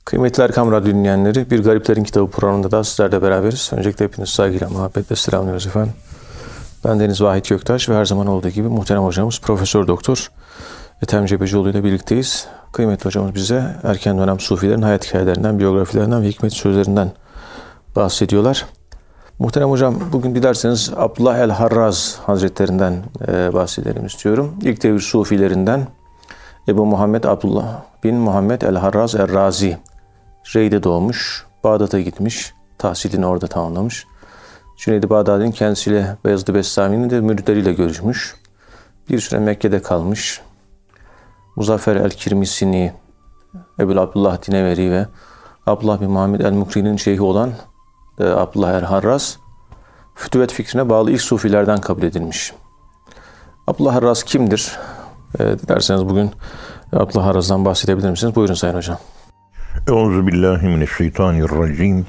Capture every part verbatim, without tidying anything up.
Kıymetli Erkam Radyo dinleyenleri, Bir Gariplerin Kitabı programında da sizlerle beraberiz. Öncelikle hepinizi saygıyla, muhabbetle selamlıyoruz efendim. Ben Deniz Vahit Göktaş ve her zaman olduğu gibi muhterem hocamız Profesör Doktor Ethem Cebecioğlu ile birlikteyiz. Kıymetli hocamız bize erken dönem Sufilerin hayat hikayelerinden, biyografilerinden ve hikmet sözlerinden bahsediyorlar. Muhterem hocam, bugün dilerseniz Abdullah el-Harraz Hazretlerinden e, bahsedelim istiyorum. İlk devir Sufilerinden Ebu Muhammed Abdullah bin Muhammed el-Harraz el-Razi. Rey'de doğmuş, Bağdat'a gitmiş, tahsilini orada tamamlamış. Cüneyd-i Bağdadi'nin kendisiyle Beyazıt-ı Bestami'nin de müritleriyle görüşmüş. Bir süre Mekke'de kalmış. Muzaffer el-Kirmisini, Ebu Abdullah Dineveri ve Abdullah bin Muhammed el-Mukri'nin şeyhi olan e, Abdullah el-Harraz, fütüvet fikrine bağlı ilk sufilerden kabul edilmiş. Abdullah Harraz kimdir? E, dilerseniz bugün Abdullah Harraz'dan bahsedebilir misiniz? Buyurun Sayın Hocam. Euzubillahimineşşeytanirracim.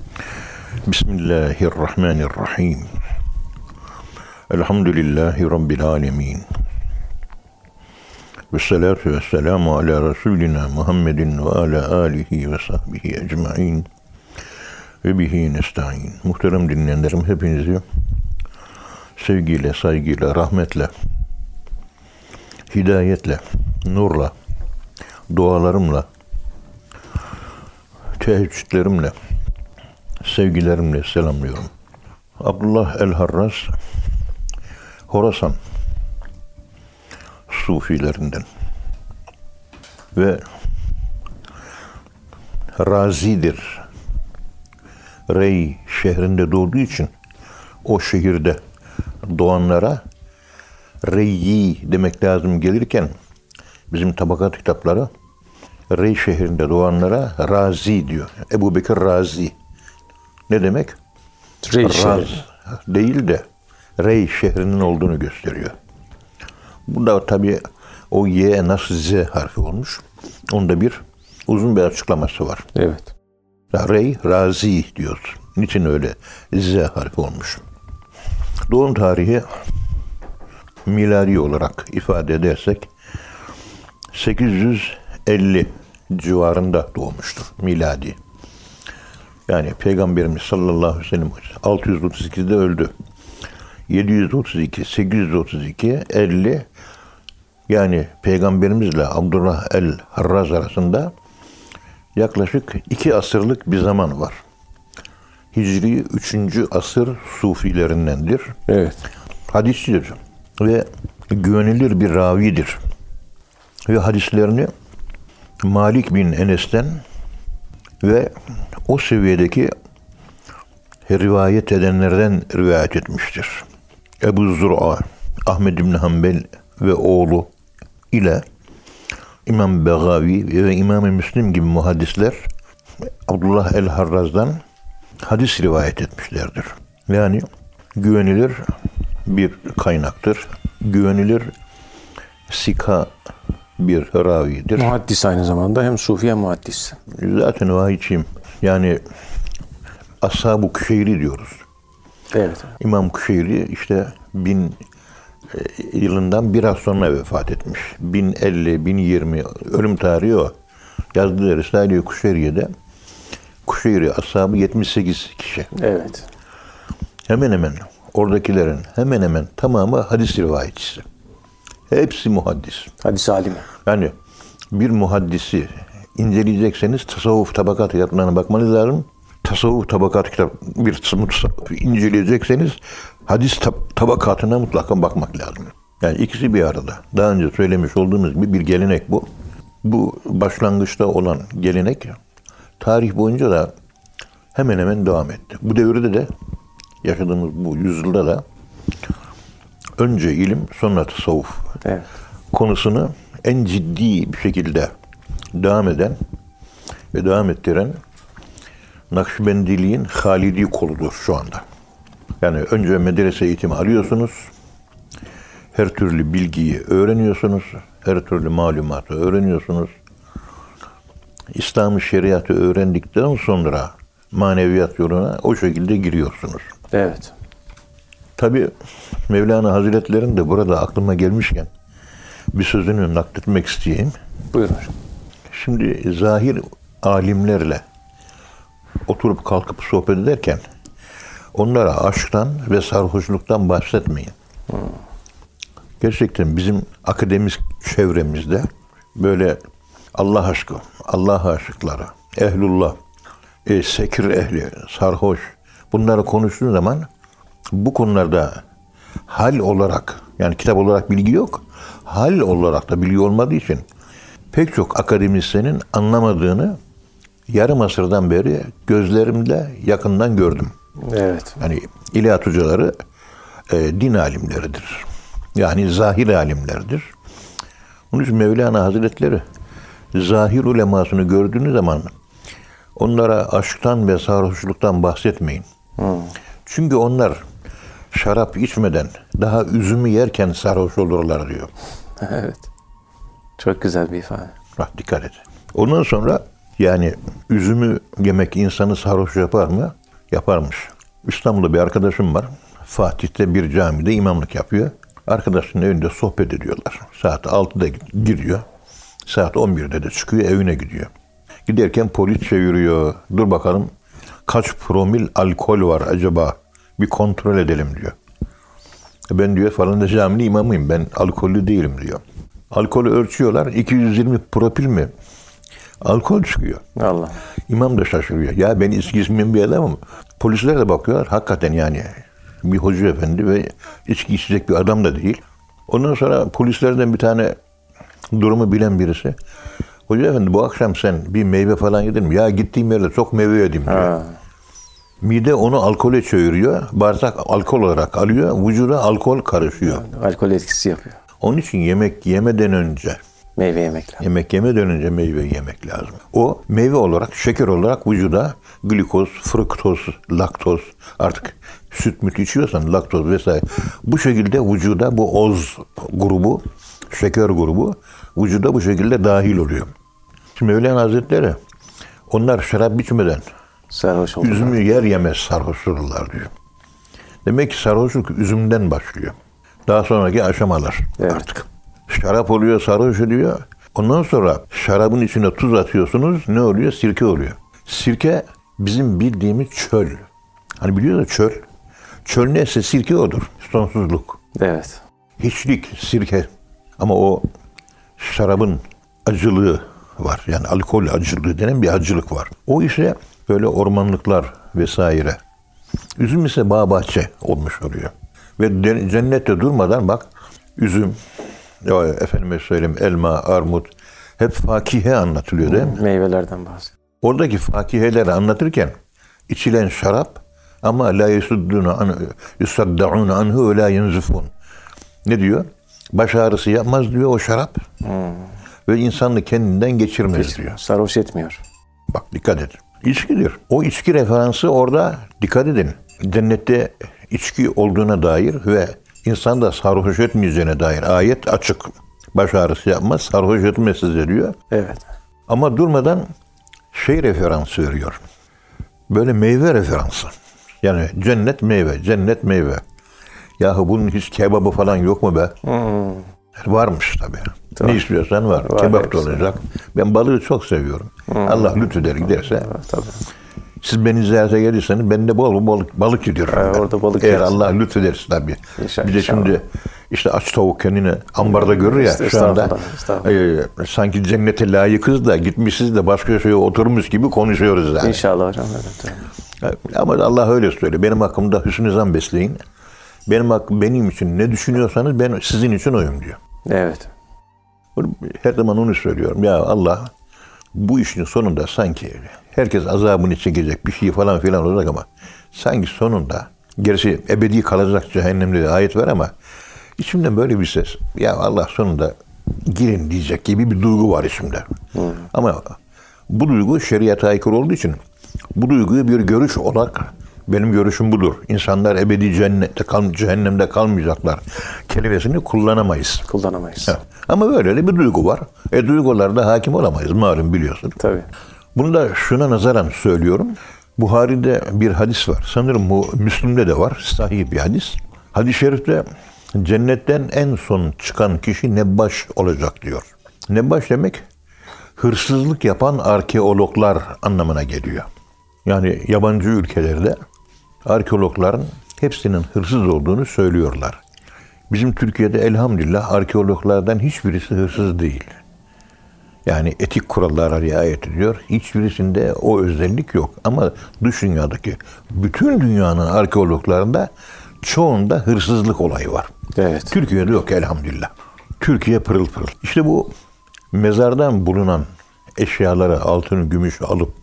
Bismillahirrahmanirrahim. Elhamdülillahi Rabbil alemin. Ve salatu ve selamu ala Resulina Muhammedin ve ala alihi ve sahbihi ecma'in. Ve bihi nesta'in. Muhterem dinleyenlerim, hepinizi sevgiyle, saygıyla, rahmetle, hidayetle, nurla, dualarımla, teheccüdlerimle, sevgilerimle selamlıyorum. Abdullah el-Harraz, Horasan Sufilerinden ve Razi'dir. Rey şehrinde doğduğu için o şehirde doğanlara Reyyi demek lazım gelirken bizim tabakat kitapları Rey şehrinde doğanlara Razi diyor. Ebu Bekir Razi. Ne demek? Rey Raz şehri değil de Rey şehrinin olduğunu gösteriyor. Bu da tabii o Y nasıl Z harfi olmuş. Onda bir uzun bir açıklaması var. Evet. Rey, Razi diyoruz. Niçin öyle Z harfi olmuş? Doğum tarihi miladi olarak ifade edersek sekiz yüz elli civarında doğmuştur miladi. Yani Peygamberimiz sallallahu aleyhi ve sellem altı yüz otuz ikide öldü. yedi yüz otuz iki, sekiz yüz otuz iki, elli yani Peygamberimizle Abdullah el-Harraz arasında yaklaşık iki asırlık bir zaman var. Hicri üçüncü asır sufilerindendir. Evet. Hadisçidir ve güvenilir bir ravidir. Ve hadislerini Malik bin Enes'ten ve o seviyedeki rivayet edenlerden rivayet etmiştir. Ebu Zur'a, Ahmed bin Hanbel ve oğlu ile İmam Begavi ve İmam-ı Müslim gibi muhaddisler Abdullah el-Harraz'dan hadis rivayet etmişlerdir. Yani güvenilir bir kaynaktır. Güvenilir sika bir ravidir. Muhaddis aynı zamanda, hem sufi hem muhaddis. Zaten vahiyçiyim. Yani Ashab-ı Küşeyri diyoruz. Evet. İmam Küşeyri işte bin yılından biraz sonra vefat etmiş. bin elli, bin yirmi ölüm tarihi o. Yazdığı Risale-i Kuşeyri'de Kuşeyri ashabı yetmiş sekiz kişi. Evet. Hemen hemen oradakilerin hemen hemen tamamı hadis rivayetçisi. Hepsi muhaddis. Hadis alimi. Yani bir muhaddisi inceleyecekseniz tasavvuf tabakat kitaplarına bakmanız lazım. Tasavvuf tabakat kitap bir inceleyecekseniz hadis tab- tabakatına mutlaka bakmak lazım. Yani ikisi bir arada. Daha önce söylemiş olduğumuz gibi bir gelenek bu. Bu başlangıçta olan gelenek tarih boyunca da hemen hemen devam etti. Bu devirde de yaşadığımız bu yüzyılda da önce ilim sonra tasavvuf Evet. konusunu en ciddi bir şekilde devam eden ve devam ettiren Nakşibendiliğin Halidi koludur şu anda. Yani önce medrese eğitimi alıyorsunuz, her türlü bilgiyi öğreniyorsunuz, her türlü malumatı öğreniyorsunuz. İslam-ı şeriatı öğrendikten sonra maneviyat yoluna o şekilde giriyorsunuz. Evet. Tabii Mevlana Hazretleri'nin de burada aklıma gelmişken bir sözünü nakletmek isteyeyim. Buyurun hocam. Şimdi zahir alimlerle oturup kalkıp sohbet ederken onlara aşktan ve sarhoşluktan bahsetmeyin. Hmm. Gerçekten bizim akademik çevremizde böyle Allah aşkı, Allah aşıkları, ehlullah, e, sekir ehli, sarhoş bunları konuştuğun zaman bu konularda hal olarak, yani kitap olarak bilgi yok, hal olarak da bilgi olmadığı için pek çok akademisyenin anlamadığını yarım asırdan beri gözlerimle yakından gördüm. Evet. Yani ilahiyat hocaları e, din alimleridir. Yani zahir alimlerdir. Onun için Mevlana Hazretleri zahir ulemasını gördüğünüz zaman onlara aşktan ve sarhoşluktan bahsetmeyin. Hmm. Çünkü onlar şarap içmeden daha üzümü yerken sarhoş olurlar diyor. Evet. Çok güzel bir ifade. Bak dikkat et. Ondan sonra yani üzümü yemek insanı sarhoş yapar mı? Yaparmış. İstanbul'da bir arkadaşım var. Fatih'te bir camide imamlık yapıyor. Arkadaşının evinde sohbet ediyorlar. Saat altıda giriyor. Saat on birde de çıkıyor, evine gidiyor. Giderken polis çeviriyor. Dur bakalım kaç promil alkol var acaba? Bir kontrol edelim diyor. Ben diyor falanca caminin imamıyım. Ben alkollü değilim diyor. Alkolü ölçüyorlar. iki yüz yirmi promil mi? Alkol çıkıyor. Allah. İmam da şaşırıyor. Ya ben içki içmeyen bir adamım. Polisler de bakıyorlar. Hakikaten yani bir hoca efendi ve içki içecek bir adam da değil. Ondan sonra polislerden bir tane durumu bilen birisi. Hoca efendi bu akşam sen bir meyve falan yedin mi? Ya gittiğim yerde çok meyve yedim diyor. Ha. Mide onu alkole çeviriyor. Bağırsak alkol olarak alıyor. Vücuda alkol karışıyor. Yani, alkol etkisi yapıyor. Onun için yemek yemeden önce meyve yemek lazım. Yemek yemeden önce meyve yemek lazım. O meyve olarak, şeker olarak vücuda glikoz, fruktoz, laktoz, artık süt müt içiyorsan laktoz vesaire. Bu şekilde vücuda bu oz grubu, şeker grubu vücuda bu şekilde dahil oluyor. Şimdi Mevlana Hazretleri onlar şarap içmeden sarhoş olurlar. Üzümü yer yemez sarhoş olurlar diyor. Demek ki sarhoşluk üzümden başlıyor. Daha sonraki aşamalar evet. Artık. Şarap oluyor, sarhoş oluyor. Ondan sonra şarabın içine tuz atıyorsunuz. Ne oluyor? Sirke oluyor. Sirke bizim bildiğimiz çöl. Hani biliyorsunuz çöl. Çöl neyse sirke odur. Sonsuzluk. Evet. Hiçlik, sirke. Ama o şarabın acılığı var. Yani alkol acılığı denen bir acılık var. O ise böyle ormanlıklar vesaire. Üzüm ise bağ bahçe olmuş oluyor. Ve cennette durmadan bak üzüm, ya efendime söyleyeyim elma, armut hep fakihe anlatılıyor değil mi? Meyvelerden bahsediyor. Oradaki fakiheleri anlatırken içilen şarap ama la yesudduna an yusaddaun anhu ve la yenzifun. Ne diyor? Baş ağrısı yapmaz diyor o şarap. Hmm. Ve insanı kendinden geçirmez Geçir, diyor. Sarhoş etmiyor. Bak dikkat et. İçkidir. O içki referansı orada dikkat edin. Cennette içki olduğuna dair ve insan da sarhoş etmeyeceğine dair ayet açık. Baş ağrısı yapmaz, sarhoş etmez size diyor. Evet. Ama durmadan şey referansı veriyor. Böyle meyve referansı. Yani cennet meyve, cennet meyve. Yahu bunun hiç kebabı falan yok mu be? Hmm. Varmış tabii. Tamam. Ne istiyorsan var. var Kebap da olacak. Ben balığı çok seviyorum. Hmm. Allah lütfeder giderse. Evet, tabii. Siz beni ziyarete gelirseniz ben de bol balık, balık gidiyorum. Ee, orada balık Eğer Allah lütfederse tabii. İnşallah, bir de inşallah. Şimdi işte aç tavuk kendini ambarda görür ya işte, şu anda. E, sanki cennete layıkız da gitmişiz de başka şeye oturmuş gibi konuşuyoruz yani. İnşallah hocam. Evet, evet. Ama Allah öyle söylüyor. Benim hakkımda hüsnü zan besleyin. Benim hakkım, benim için ne düşünüyorsanız ben sizin için oyum diyor. Evet. Her zaman onu söylüyorum. Ya Allah bu işin sonunda sanki herkes azabını çekecek bir şey falan filan olacak ama sanki sonunda gerisi ebedi kalacak cehennemde de ayet var ama içimden böyle bir ses. Ya Allah sonunda girin diyecek gibi bir duygu var içimde. Hmm. Ama bu duygu şeriata aykırı olduğu için bu duyguyu bir görüş olarak benim görüşüm budur. İnsanlar ebedi cennette kal, cehennemde kalmayacaklar kelimesini kullanamayız. Kullanamayız. Evet. Ama böyle de bir duygu var. E duygularda hakim olamayız malum biliyorsun. Tabii. Bunu da şuna nazaran söylüyorum. Buhari'de bir hadis var. Sanırım bu Müslim'de de var. Sahih bir hadis. Hadis-i şerifte cennetten en son çıkan kişi nebbaş olacak diyor. Nebbaş demek hırsızlık yapan arkeologlar anlamına geliyor. Yani yabancı ülkelerde arkeologların hepsinin hırsız olduğunu söylüyorlar. Bizim Türkiye'de elhamdülillah arkeologlardan hiçbirisi hırsız değil. Yani etik kurallara riayet ediyor. Hiçbirisinde o özellik yok. Ama dış dünyadaki bütün dünyanın arkeologlarında çoğunda hırsızlık olayı var. Evet. Türkiye'de yok elhamdülillah. Türkiye pırıl pırıl. İşte bu mezardan bulunan eşyaları, altını, gümüşü alıp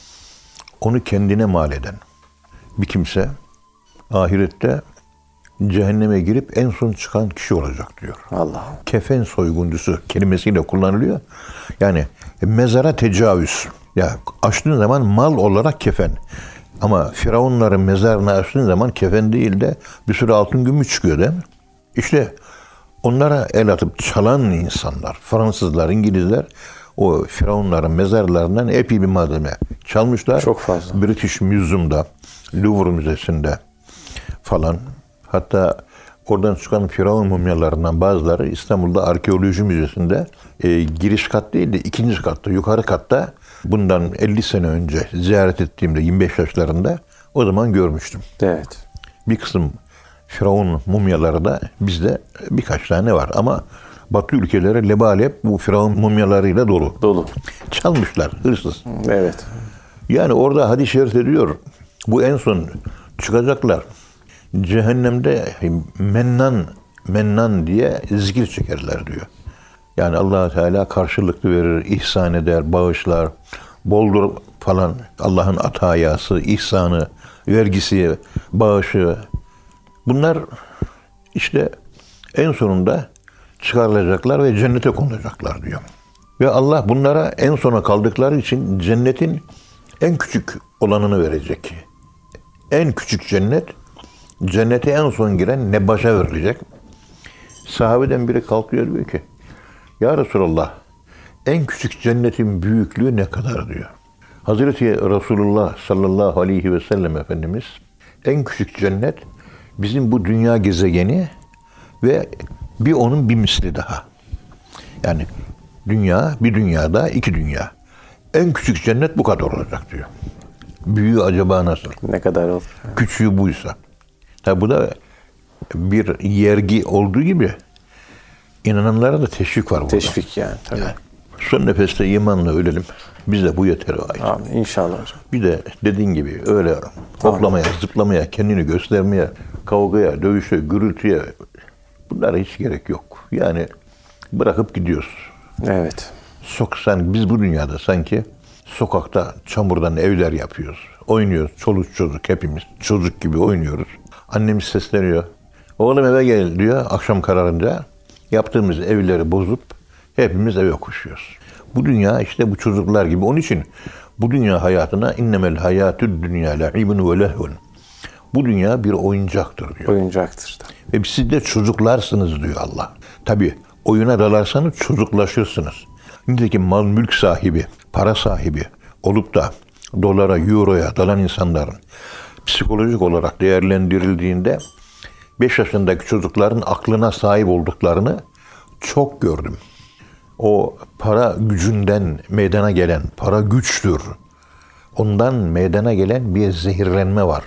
onu kendine mal eden bir kimse ahirette cehenneme girip en son çıkan kişi olacak diyor. Allah. Kefen soyguncusu kelimesiyle kullanılıyor. Yani mezara tecavüz. Ya açtığın zaman mal olarak kefen. Ama firavunların mezarını açtığın zaman kefen değil de bir sürü altın gümüş çıkıyor değil mi? İşte onlara el atıp çalan insanlar, Fransızlar, İngilizler o firavunların mezarlarından epey bir malzeme çalmışlar. Çok fazla. British Museum'da, Louvre Müzesi'nde falan. Hatta oradan çıkan firavun mumyalarından bazıları İstanbul'da Arkeoloji Müzesi'nde e, giriş kat değil de ikinci katta, yukarı katta bundan elli sene önce ziyaret ettiğimde yirmi beş yaşlarında o zaman görmüştüm. Evet. Bir kısım firavun mumyaları da bizde birkaç tane var ama Batı ülkeleri lebalep bu firavun mumyalarıyla dolu. Dolu. Çalmışlar, hırsız. Evet. Yani orada hadis-i şerifte diyor, bu en son çıkacaklar. Cehennemde mennan, mennan diye zikir çekerler diyor. Yani Allah Teala karşılıklı verir, ihsan eder, bağışlar, boldur falan. Allah'ın atayası, ihsanı, vergisi, bağışı. Bunlar işte en sonunda çıkarılacaklar ve cennete konulacaklar diyor. Ve Allah bunlara en sona kaldıkları için cennetin en küçük olanını verecek. En küçük cennet, cennete en son giren Nebbaş'a verilecek. Sahabeden biri kalkıyor diyor ki, Ya Resulallah, en küçük cennetin büyüklüğü ne kadar diyor. Hazreti Resulullah sallallahu aleyhi ve sellem Efendimiz, en küçük cennet bizim bu dünya gezegeni ve bir onun bir misli daha. Yani dünya, bir dünyada iki dünya. En küçük cennet bu kadar olacak diyor. Büyüğü acaba nasıl? Ne kadar olur? Küçüğü buysa. Tabi bu da bir yergi olduğu gibi inananlara da teşvik var burada. Teşvik yani tabii. Yani. Son nefeste imanla ölelim. Biz de bu yeter. Amin. İnşallah hocam. Bir de dediğin gibi öyle hoplamaya, zıplamaya, kendini göstermeye, kavgaya, dövüşe, gürültüye bunlara hiç gerek yok. Yani bırakıp gidiyoruz. Evet. Sok, sen, biz bu dünyada sanki sokakta çamurdan evler yapıyoruz. Oynuyoruz. Çoluk çocuk hepimiz. Çocuk gibi oynuyoruz. Annemiz sesleniyor. Oğlum eve gel diyor. Akşam kararınca yaptığımız evleri bozup hepimiz eve koşuyoruz. Bu dünya işte bu çocuklar gibi. Onun için bu dünya hayatına innemel hayatü dünya la'ibun ve lehvun. Bu dünya bir oyuncaktır diyor. Oyuncaktır. Ve siz de çocuklarsınız diyor Allah. Tabii oyuna dalarsanız çocuklaşırsınız. Nitekim mal mülk sahibi, para sahibi olup da dolara, euroya dalan insanların psikolojik olarak değerlendirildiğinde beş yaşındaki çocukların aklına sahip olduklarını çok gördüm. O para gücünden meydana gelen, para güçtür. Ondan meydana gelen bir zehirlenme var.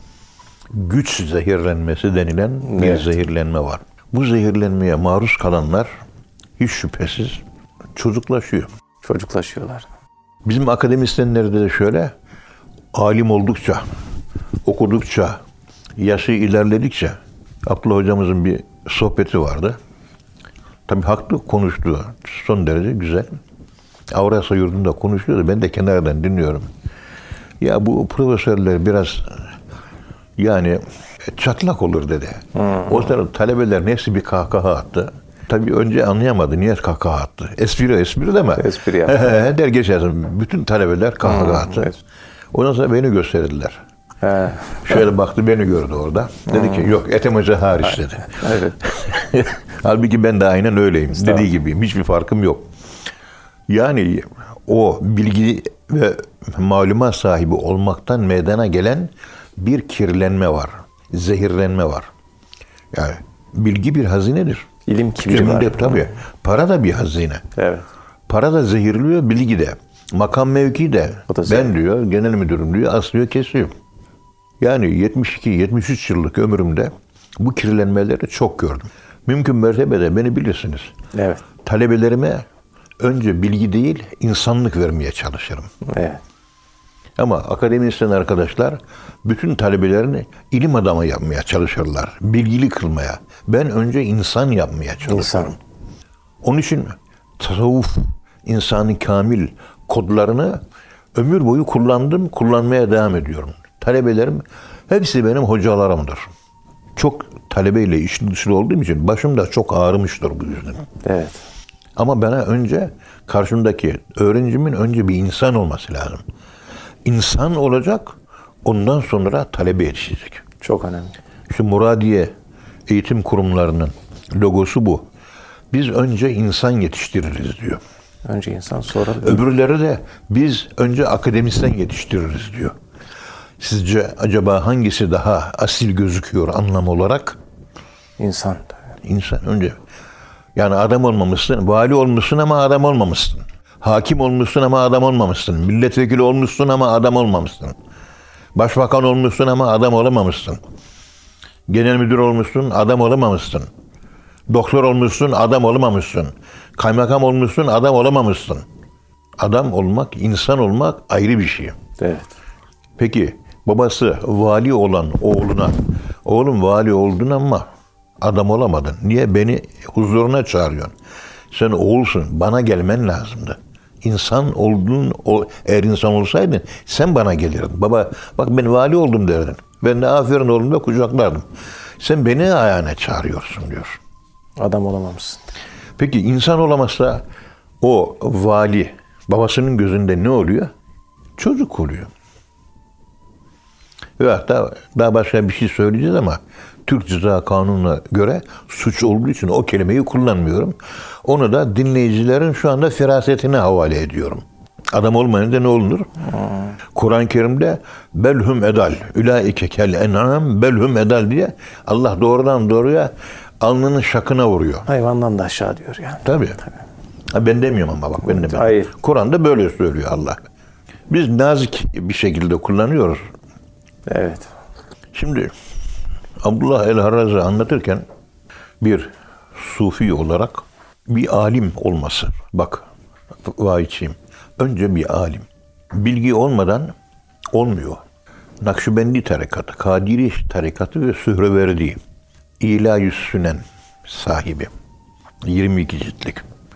Güç zehirlenmesi denilen bir evet. zehirlenme var. Bu zehirlenmeye maruz kalanlar hiç şüphesiz çocuklaşıyor. Çocuklaşıyorlar. Bizim akademisyenlerde de şöyle, alim oldukça, okudukça, yaşı ilerledikçe, Abdullah hocamızın bir sohbeti vardı. Tabii haklı konuştu, son derece güzel. Avrasya Yurdu'nda konuşuyordu, ben de kenardan dinliyorum. Ya bu profesörler biraz yani çatlak olur dedi. Hmm. O sırada talebeler hepsi bir kahkaha attı. Tabii önce anlayamadı niye kahkaha attı. Espri espri deme. Espri yaptı. Der geçersin. Bütün talebeler kahkaha hmm. attı. Evet. Ondan sonra beni gösterdiler. He. Şöyle baktı beni gördü orada. Dedi hmm. ki yok Ethem Hoca hariç dedi. Evet. Halbuki ben de aynen öyleyim. Tamam. Dediği gibiyim. Hiçbir farkım yok. Yani o bilgi ve malumat sahibi olmaktan meydana gelen bir kirlenme var. Zehirlenme var. Yani bilgi bir hazinedir. İlim kibri var. Tabii. Para da bir hazine. Evet. Para da zehirliyor, bilgi de. Makam mevki de. Ben zehir. diyor, genel müdürüm diyor, aslıyor, kesiyor. Yani yetmiş iki yetmiş üç yıllık ömrümde bu kirlenmeleri çok gördüm. Mümkün mertebede beni bilirsiniz. Evet. Talebelerime önce bilgi değil, insanlık vermeye çalışırım. Evet. Ama akademisyen arkadaşlar bütün talebelerini ilim adamı yapmaya çalışırlar. Bilgili kılmaya. Ben önce insan yapmaya çalışırım. İnsan. Onun için tasavvuf, insanın kamil kodlarını ömür boyu kullandım, kullanmaya devam ediyorum. Talebelerim hepsi benim hocalarımdır. Çok talebeyle işin dışında olduğum için başım da çok ağrımıştır bu yüzden. Evet. Ama bana önce karşımdaki öğrencimin önce bir insan olması lazım. İnsan olacak, ondan sonra talebe yetişecek. Çok önemli. Şu Muradiye eğitim kurumlarının logosu bu. Biz önce insan yetiştiririz diyor. Önce insan, sonra... Öbürleri de biz önce akademisyen yetiştiririz diyor. Sizce acaba hangisi daha asil gözüküyor anlam olarak? İnsan. İnsan önce. Yani adam olmamışsın, vali olmuşsun ama adam olmamışsın. Hakim olmuşsun ama adam olmamışsın. Milletvekili olmuşsun ama adam olmamışsın. Başbakan olmuşsun ama adam olamamışsın. Genel müdür olmuşsun, adam olamamışsın. Doktor olmuşsun, adam olamamışsın. Kaymakam olmuşsun, adam olamamışsın. Adam olmak, insan olmak ayrı bir şey. Evet. Peki babası vali olan oğluna, oğlum vali oldun ama adam olamadın. Niye beni huzuruna çağırıyorsun? Sen oğulsun, bana gelmen lazımdı. İnsan oldun, eğer insan olsaydın sen bana gelirdin. Baba bak ben vali oldum derdin. Ben de aferin oğlum da kucaklardım. Sen beni ayağına çağırıyorsun diyor. Adam olamamışsın. Peki insan olamazsa o vali babasının gözünde ne oluyor? Çocuk oluyor. Ve hatta daha başka bir şey söyleyeceğiz ama Türk Ceza Kanunu'na göre suç olduğu için o kelimeyi kullanmıyorum. Onu da dinleyicilerin şu anda firasetine havale ediyorum. Adam olmayınca ne olunur? Hmm. Kur'an-ı Kerim'de belhum edal, ülaike kel en'am belhum edal diye Allah doğrudan doğruya alnının şakına vuruyor. Hayvandan da aşağı diyor yani. Tabii. Tabii. Ha, ben demiyorum ama bak ben demiyorum. Hayır. Kur'an'da böyle söylüyor Allah. Biz nazik bir şekilde kullanıyoruz. Evet. Şimdi Abdullah el-Harrazi anlatırken bir sufi olarak bir alim olması. Bak vahiyçiyim. Önce bir alim. Bilgi olmadan olmuyor. Nakşibendi tarikatı, Kadiri tarikatı ve Sühreverdi. İlâ-yü Sünen sahibi. yirmi iki ciltlik.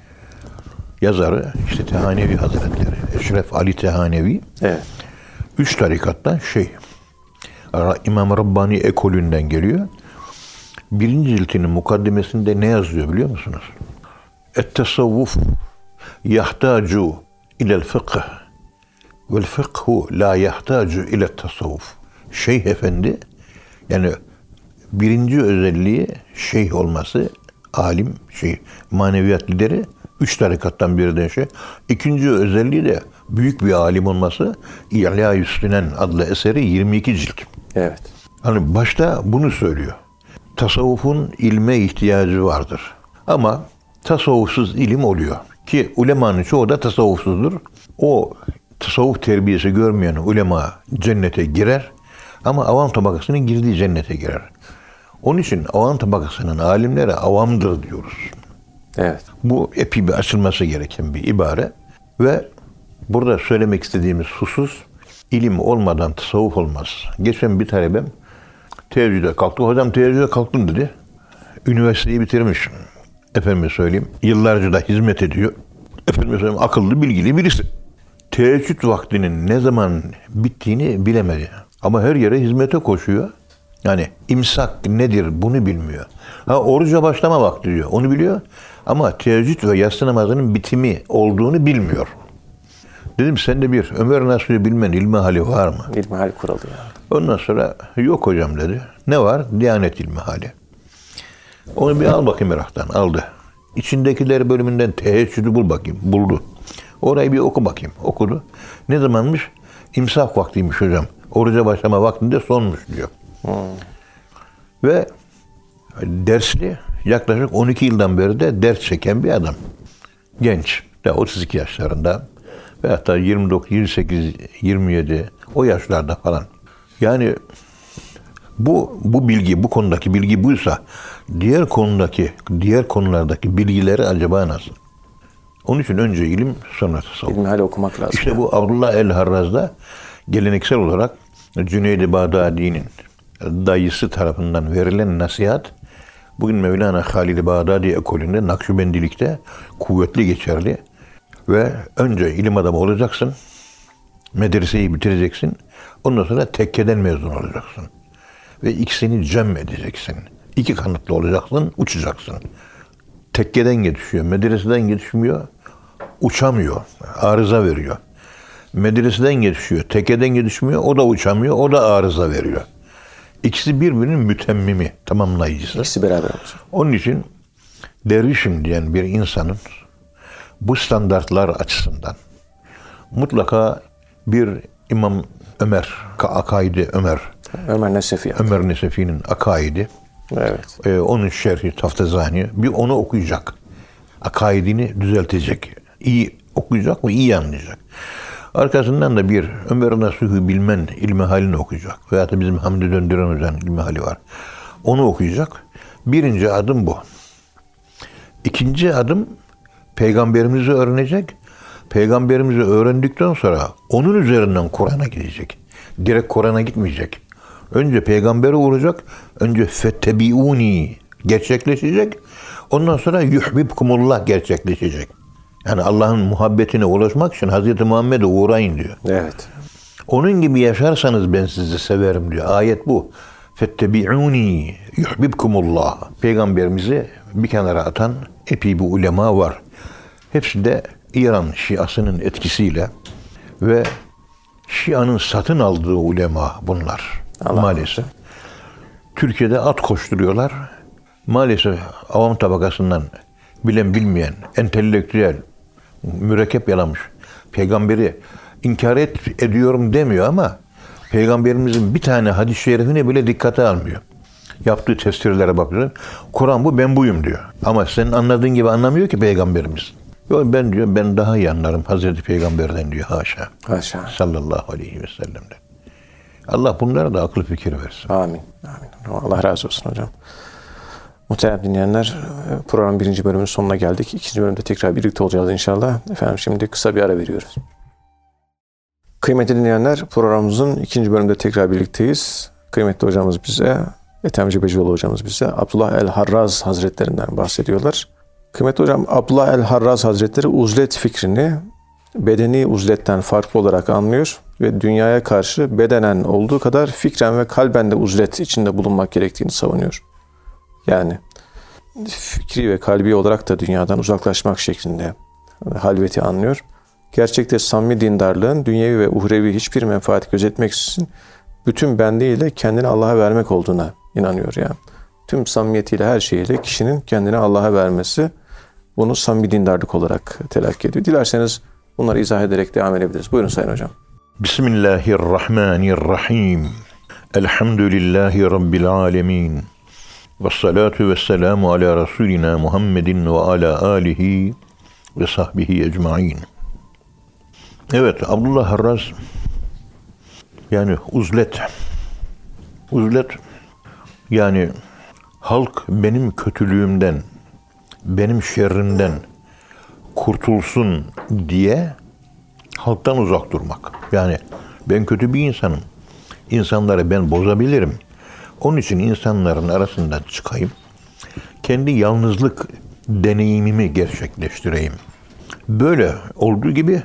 Yazarı işte Tehanevi Hazretleri. Eşref Ali Tehanevi. Evet. Üç tarikattan şey. İmam Rabbani ekolünden geliyor. Birinci ciltinin mukaddimesinde ne yazıyor biliyor musunuz? Et-tesavvuf yahtacu ilel fıkh vel fıkhu la yahtacu ile tasavvuf. Şeyh Efendi yani birinci özelliği şeyh olması, alim, şey, maneviyat lideri, üç tarikattan birinden şey. İkinci özelliği de büyük bir alim olması, İ'lâ-yü Sünen adlı eseri yirmi iki cilt. Evet. Hani başta bunu söylüyor. Tasavvufun ilme ihtiyacı vardır. Ama tasavvufsuz ilim oluyor. Ki ulemanın çoğu da tasavvufsuzdur. O tasavvuf terbiyesi görmeyen ulema cennete girer. Ama avam tabakasının girdiği cennete girer. Onun için avam tabakasının alimleri avamdır diyoruz. Evet. Bu epi bir açılması gereken bir ibare. Ve burada söylemek istediğimiz husus, ilim olmadan tasavvuf olmaz. Geçen bir talebem teheccüde kalktı. Hocam teheccüde kalktım dedi. Üniversiteyi bitirmiş. Efendime söyleyeyim. Yıllarca da hizmet ediyor. Efendime söyleyeyim akıllı, bilgili birisi. Teheccüd vaktinin ne zaman bittiğini bilemedi. Ama her yere hizmete koşuyor. Yani imsak nedir bunu bilmiyor. Ha oruca başlama vakti diyor. Onu biliyor. Ama teheccüd ve yatsı namazının bitimi olduğunu bilmiyor. Dedim sende bir Ömer Nasuh'u bilmen ilmihali var mı? İlmihal kuralı yani. Ondan sonra yok hocam dedi. Ne var? Diyanet ilmihali. Onu bir al bakayım meraktan. Aldı. İçindekileri bölümünden teheccüdü bul bakayım. Buldu. Orayı bir oku bakayım. Okudu. Ne zamanmış? İmsak vaktiymiş hocam. Oruca başlama vaktinde sonmuş diyor. Hmm. Ve dersli yaklaşık on iki yıldan beri de ders çeken bir adam. Genç. de otuz iki yaşlarında ve hatta yirmi dokuz, yirmi sekiz, yirmi yedi o yaşlarda falan. Yani bu bu bilgi, bu konudaki bilgi buysa diğer konudaki, diğer konulardaki bilgileri acaba nasıl? Onun için önce ilim, sonra tasavvuf. İlmihal okumak lazım. İşte bu Abdullah el-Harraz'da geleneksel olarak Cüneyd-i Bağdadi'nin dayısı tarafından verilen nasihat bugün Mevlana Halid-i Bağdadi ekolünde Nakşibendilikte kuvvetli geçerli ve önce ilim adamı olacaksın, medreseyi bitireceksin, ondan sonra tekkeden mezun olacaksın ve ikisini cem edeceksin. İki kanatlı olacaksın, uçacaksın. Tekkeden yetişiyor, medreseden yetişmiyor, uçamıyor, arıza veriyor. Medreseden yetişiyor, tekkeden yetişmiyor, o da uçamıyor, o da arıza veriyor. İkisi birbirinin mütemmimi, tamamlayıcısı. İkisi beraber olacak. Onun için dervişim diyen bir insanın bu standartlar açısından mutlaka bir İmam Ömer, akaidi Ömer, Ömer Nesefi. Ömer Nesefi'nin akaidi, Evet. e, onun şerhi Taftazani, bir onu okuyacak. Akaidini düzeltecek. İyi okuyacak ve iyi anlayacak. Arkasından da bir Ömer Nasuh'u bilmen ilmihalini okuyacak. Veyahut da bizim Hamdi Döndüren Hoca'nın ilmihali var. Onu okuyacak. Birinci adım bu. İkinci adım Peygamberimizi öğrenecek. Peygamberimizi öğrendikten sonra onun üzerinden Kur'an'a gidecek. Direkt Kur'an'a gitmeyecek. Önce Peygamber'e uğrayacak. Önce fettebiuni gerçekleşecek. Ondan sonra yuhbibkumullah gerçekleşecek. Yani Allah'ın muhabbetine ulaşmak için Hazreti Muhammed'e uğrayın diyor. Evet. Onun gibi yaşarsanız ben sizi severim diyor. Ayet bu. Fettebi'uni yuhbibkumullah. Peygamberimizi bir kenara atan epey bir ulema var. Hepsi de İran Şiasının etkisiyle ve Şia'nın satın aldığı ulema bunlar. Allah maalesef. Allah. Türkiye'de at koşturuyorlar. Maalesef avam tabakasından bilen bilmeyen, entelektüel, mürekkep yalamış peygamberi inkar et, ediyorum demiyor ama Peygamberimizin bir tane hadis-i şerifine bile dikkate almıyor. Yaptığı tefsirlere bakıyor. Kur'an bu, ben buyum diyor. Ama senin anladığın gibi anlamıyor ki Peygamberimiz. Yok ben diyor, ben daha iyi anlarım Hazreti Peygamber'den diyor, haşa. Haşa. Sallallahu aleyhi ve sellem'den. Allah bunlara da akıl fikir versin. Amin. Amin. Allah razı olsun hocam. Muhterem dinleyenler, programın birinci bölümünün sonuna geldik. İkinci bölümde tekrar birlikte olacağız inşallah. Efendim şimdi kısa bir ara veriyoruz. Kıymetli dinleyenler, programımızın ikinci bölümünde tekrar birlikteyiz. Kıymetli hocamız bize, Ethem Cebecioğlu hocamız bize Abdullah el-Harraz Hazretlerinden bahsediyorlar. Kıymetli hocam, Abdullah el-Harraz Hazretleri uzlet fikrini bedeni uzletten farklı olarak anlıyor ve dünyaya karşı bedenen olduğu kadar fikren ve kalben de uzlet içinde bulunmak gerektiğini savunuyor. Yani fikri ve kalbi olarak da dünyadan uzaklaşmak şeklinde halveti anlıyor. Gerçekte samimi dindarlığın dünyevi ve uhrevi hiçbir menfaat gözetmeksizin bütün benliğiyle kendini Allah'a vermek olduğuna inanıyor yani. Tüm samimiyetiyle, her şeyiyle kişinin kendini Allah'a vermesi, bunu samimi dindarlık olarak telakki ediyor. Dilerseniz bunları izah ederek devam edebiliriz. Buyurun Sayın Hocam. Bismillahirrahmanirrahim. Elhamdülillahi Rabbil alemin. Vessalatu vesselamu ala Resulina Muhammedin ve ala alihi ve sahbihi ecmain. Evet, Abdullah Harraz yani uzlet. Uzlet yani halk benim kötülüğümden, benim şerrimden kurtulsun diye halktan uzak durmak. Yani ben kötü bir insanım. İnsanları ben bozabilirim. Onun için insanların arasından çıkayım. Kendi yalnızlık deneyimimi gerçekleştireyim. Böyle olduğu gibi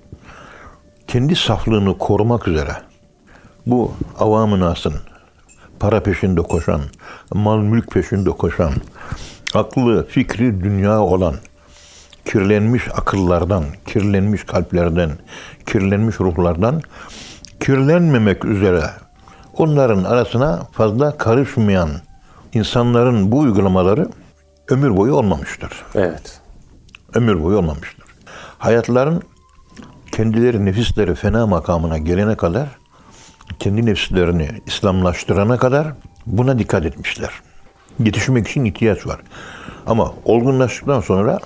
kendi saflığını korumak üzere bu avam-ı nasın, para peşinde koşan, mal mülk peşinde koşan, aklı, fikri dünya olan, kirlenmiş akıllardan, kirlenmiş kalplerden, kirlenmiş ruhlardan kirlenmemek üzere onların arasına fazla karışmayan insanların bu uygulamaları ömür boyu olmamıştır. Evet. Ömür boyu olmamıştır. Hayatların kendileri nefisleri fena makamına gelene kadar, kendi nefislerini İslamlaştırana kadar buna dikkat etmişler. Yetişmek için ihtiyaç var. Ama olgunlaştıktan sonra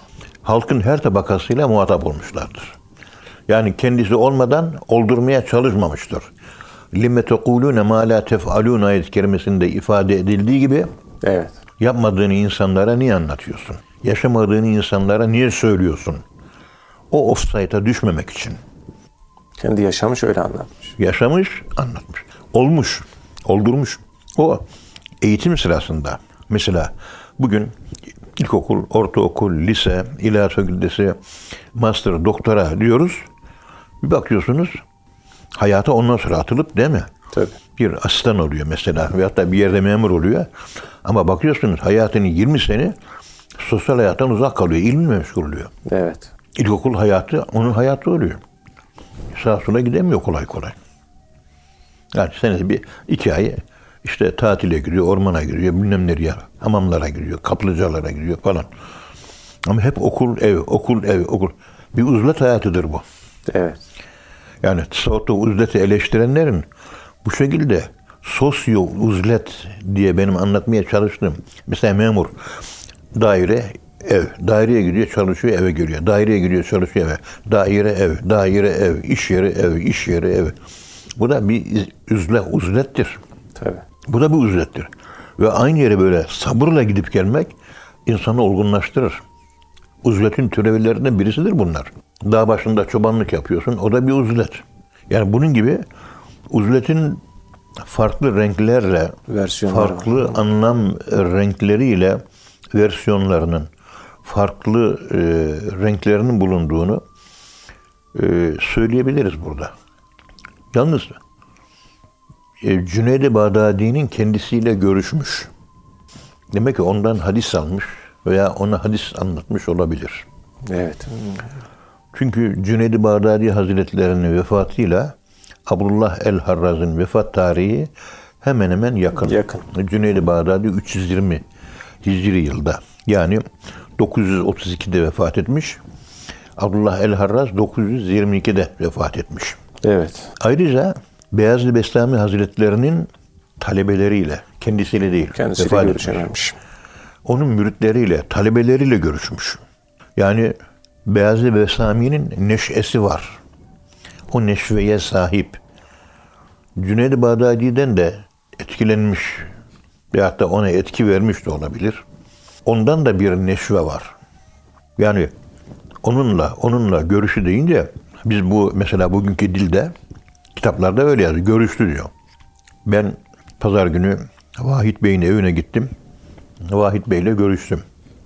halkın her tabakasıyla muhatap olmuşlardır. Yani kendisi olmadan oldurmaya çalışmamıştır. لِمَّ تَقُولُونَ مَا لَا تَفْعَلُونَ ayet-i kerimesinde ifade edildiği gibi Evet. yapmadığını insanlara niye anlatıyorsun? Yaşamadığını insanlara niye söylüyorsun? O offside'a düşmemek için. Kendi yaşamış, öyle anlatmış. Yaşamış, anlatmış. Olmuş, oldurmuş. O eğitim sırasında mesela bugün ilkokul, ortaokul, lise, ilahiyat fakültesi, master, doktora diyoruz. Bir bakıyorsunuz hayata ondan sonra atılıp, değil mi? Tabii. Bir asistan oluyor mesela veyahut da bir yerde memur oluyor. Ama bakıyorsunuz hayatının yirmi sene sosyal hayattan uzak kalıyor. İlminle meşgul oluyor. Evet. İlkokul hayatı onun hayatı oluyor. Sağa sola gidemiyor kolay kolay. Yani senede bir iki ay işte tatile gidiyor, ormana gidiyor, bilmem nereye, hamamlara gidiyor, kaplıcalara gidiyor falan. Ama hep okul, ev, okul, ev, okul. Bir uzlet hayatıdır bu. Evet. Yani tasavvufta uzleti eleştirenlerin bu şekilde sosyo uzlet diye benim anlatmaya çalıştığım, mesela memur, daire, ev, daireye gidiyor, çalışıyor, eve geliyor, daireye gidiyor, çalışıyor, eve, daire, ev, daire, ev, iş yeri, ev, iş yeri, ev. Bu da bir üzle, uzlettir. Tabii. Bu da bir uzlettir. Ve aynı yere böyle sabırla gidip gelmek insanı olgunlaştırır. Uzletin türevlerinden birisidir bunlar. Dağ başında çobanlık yapıyorsun, o da bir uzlet. Yani bunun gibi uzletin farklı renklerle, Versiyonları farklı var. anlam renkleriyle versiyonlarının, farklı e, renklerinin bulunduğunu e, söyleyebiliriz burada. Yalnız e, Cüneyd-i Bağdadi'nin kendisiyle görüşmüş. Demek ki ondan hadis almış veya ona hadis anlatmış olabilir. Evet. Çünkü Cüneyd-i Bağdadi Hazretleri'nin vefatıyla Abdullah el-Harraz'ın vefat tarihi hemen hemen yakın. Yakın. Cüneyd-i Bağdadi üç yüz yirmi Hicri yılda. Yani dokuz yüz otuz ikide vefat etmiş. Abdullah el-Harraz dokuz yüz yirmi ikide vefat etmiş. Evet. Ayrıca Beyazlı Bestami Hazretleri'nin talebeleriyle, kendisiyle değil, Kendisiyle vefat görüşememiş. etmiş. Onun müritleriyle, talebeleriyle görüşmüş. Yani Beyazlı Bestami'nin neşesi var. O neşveye sahip. Cüneyd-i Bağdadi'den de etkilenmiş veyahut da ona etki vermiş de olabilir. Ondan da bir neşve var. Yani onunla, onunla görüşü deyince biz bu mesela bugünkü dilde kitaplarda öyle yazıyor. Görüştü diyor. Ben pazar günü Vahit Bey'in evine gittim. Vahit Bey'le görüştüm.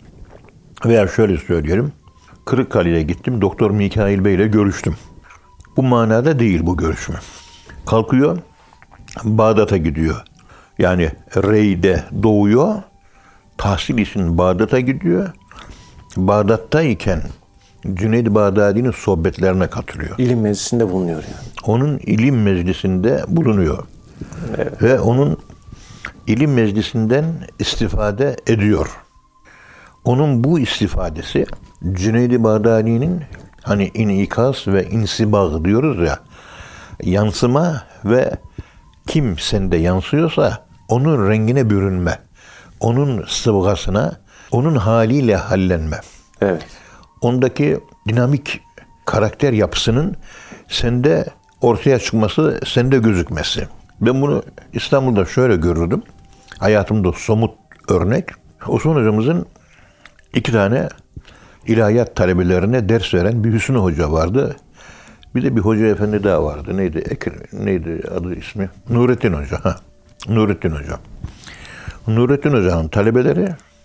Veya şöyle söyleyelim. Kırıkkale'ye gittim. Doktor Mikail Bey'le görüştüm. Bu manada değil bu görüşme. Kalkıyor, Bağdat'a gidiyor. Yani Rey'de doğuyor, tahsil için Bağdat'a gidiyor. Bağdat'tayken Cüneyd-i Bağdadi'nin sohbetlerine katılıyor. İlim meclisinde bulunuyor yani. Onun ilim meclisinde bulunuyor. Evet. Ve onun ilim meclisinden istifade ediyor. Onun bu istifadesi Cüneyd-i Bağdadi'nin hani inikaz ve insibag diyoruz ya, yansıma ve kim sende yansıyorsa onun rengine bürünme, onun sıvgasına, onun haliyle hallenme. Evet. Ondaki dinamik karakter yapısının sende ortaya çıkması, sende gözükmesi. Ben bunu İstanbul'da şöyle görürdüm. Hayatımda somut örnek. Osman hocamızın iki tane ilahiyat talebelerine ders veren bir Hüsnü Hoca vardı. Bir de bir hoca efendi daha vardı. Neydi? Ekir, neydi adı ismi? Nurettin Hoca. Ha. Nurettin Hoca. Nurettin Hoca'nın talebeleri,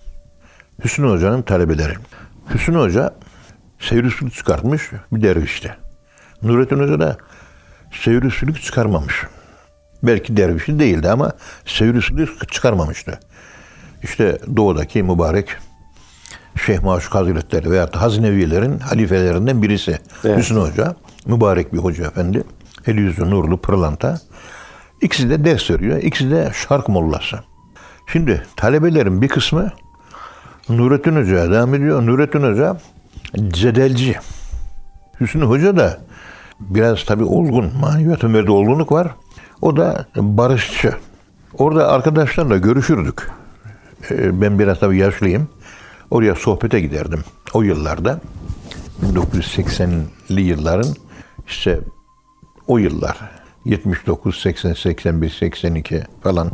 Hüsnü Hoca'nın talebeleri. Hüsnü Hoca seyrisülük çıkartmış bir dervişte. Nurettin Hoca da seyrisülük çıkarmamış. Belki dervişi değildi ama seyrisülük çıkarmamıştı. İşte doğudaki mübarek Şeyh Maşuk Hazretleri veyahut da Haznevilerin halifelerinden birisi. Evet. Hüsnü Hoca, mübarek bir hoca efendi. El yüzü nurlu, pırlanta. İkisi de ders veriyor. İkisi de şark mollası. Şimdi talebelerin bir kısmı Nurettin Hoca'ya devam ediyor. Nurettin Hoca cedelci. Hüsnü Hoca da biraz tabii olgun, maneviyat ömerde olgunluk var. O da barışçı. Orada arkadaşlarla görüşürdük. Ben biraz tabii yaşlıyım. Oraya sohbete giderdim o yıllarda. bin dokuz yüz seksenli yılların işte o yıllar yetmiş dokuz, seksen, seksen bir, seksen iki falan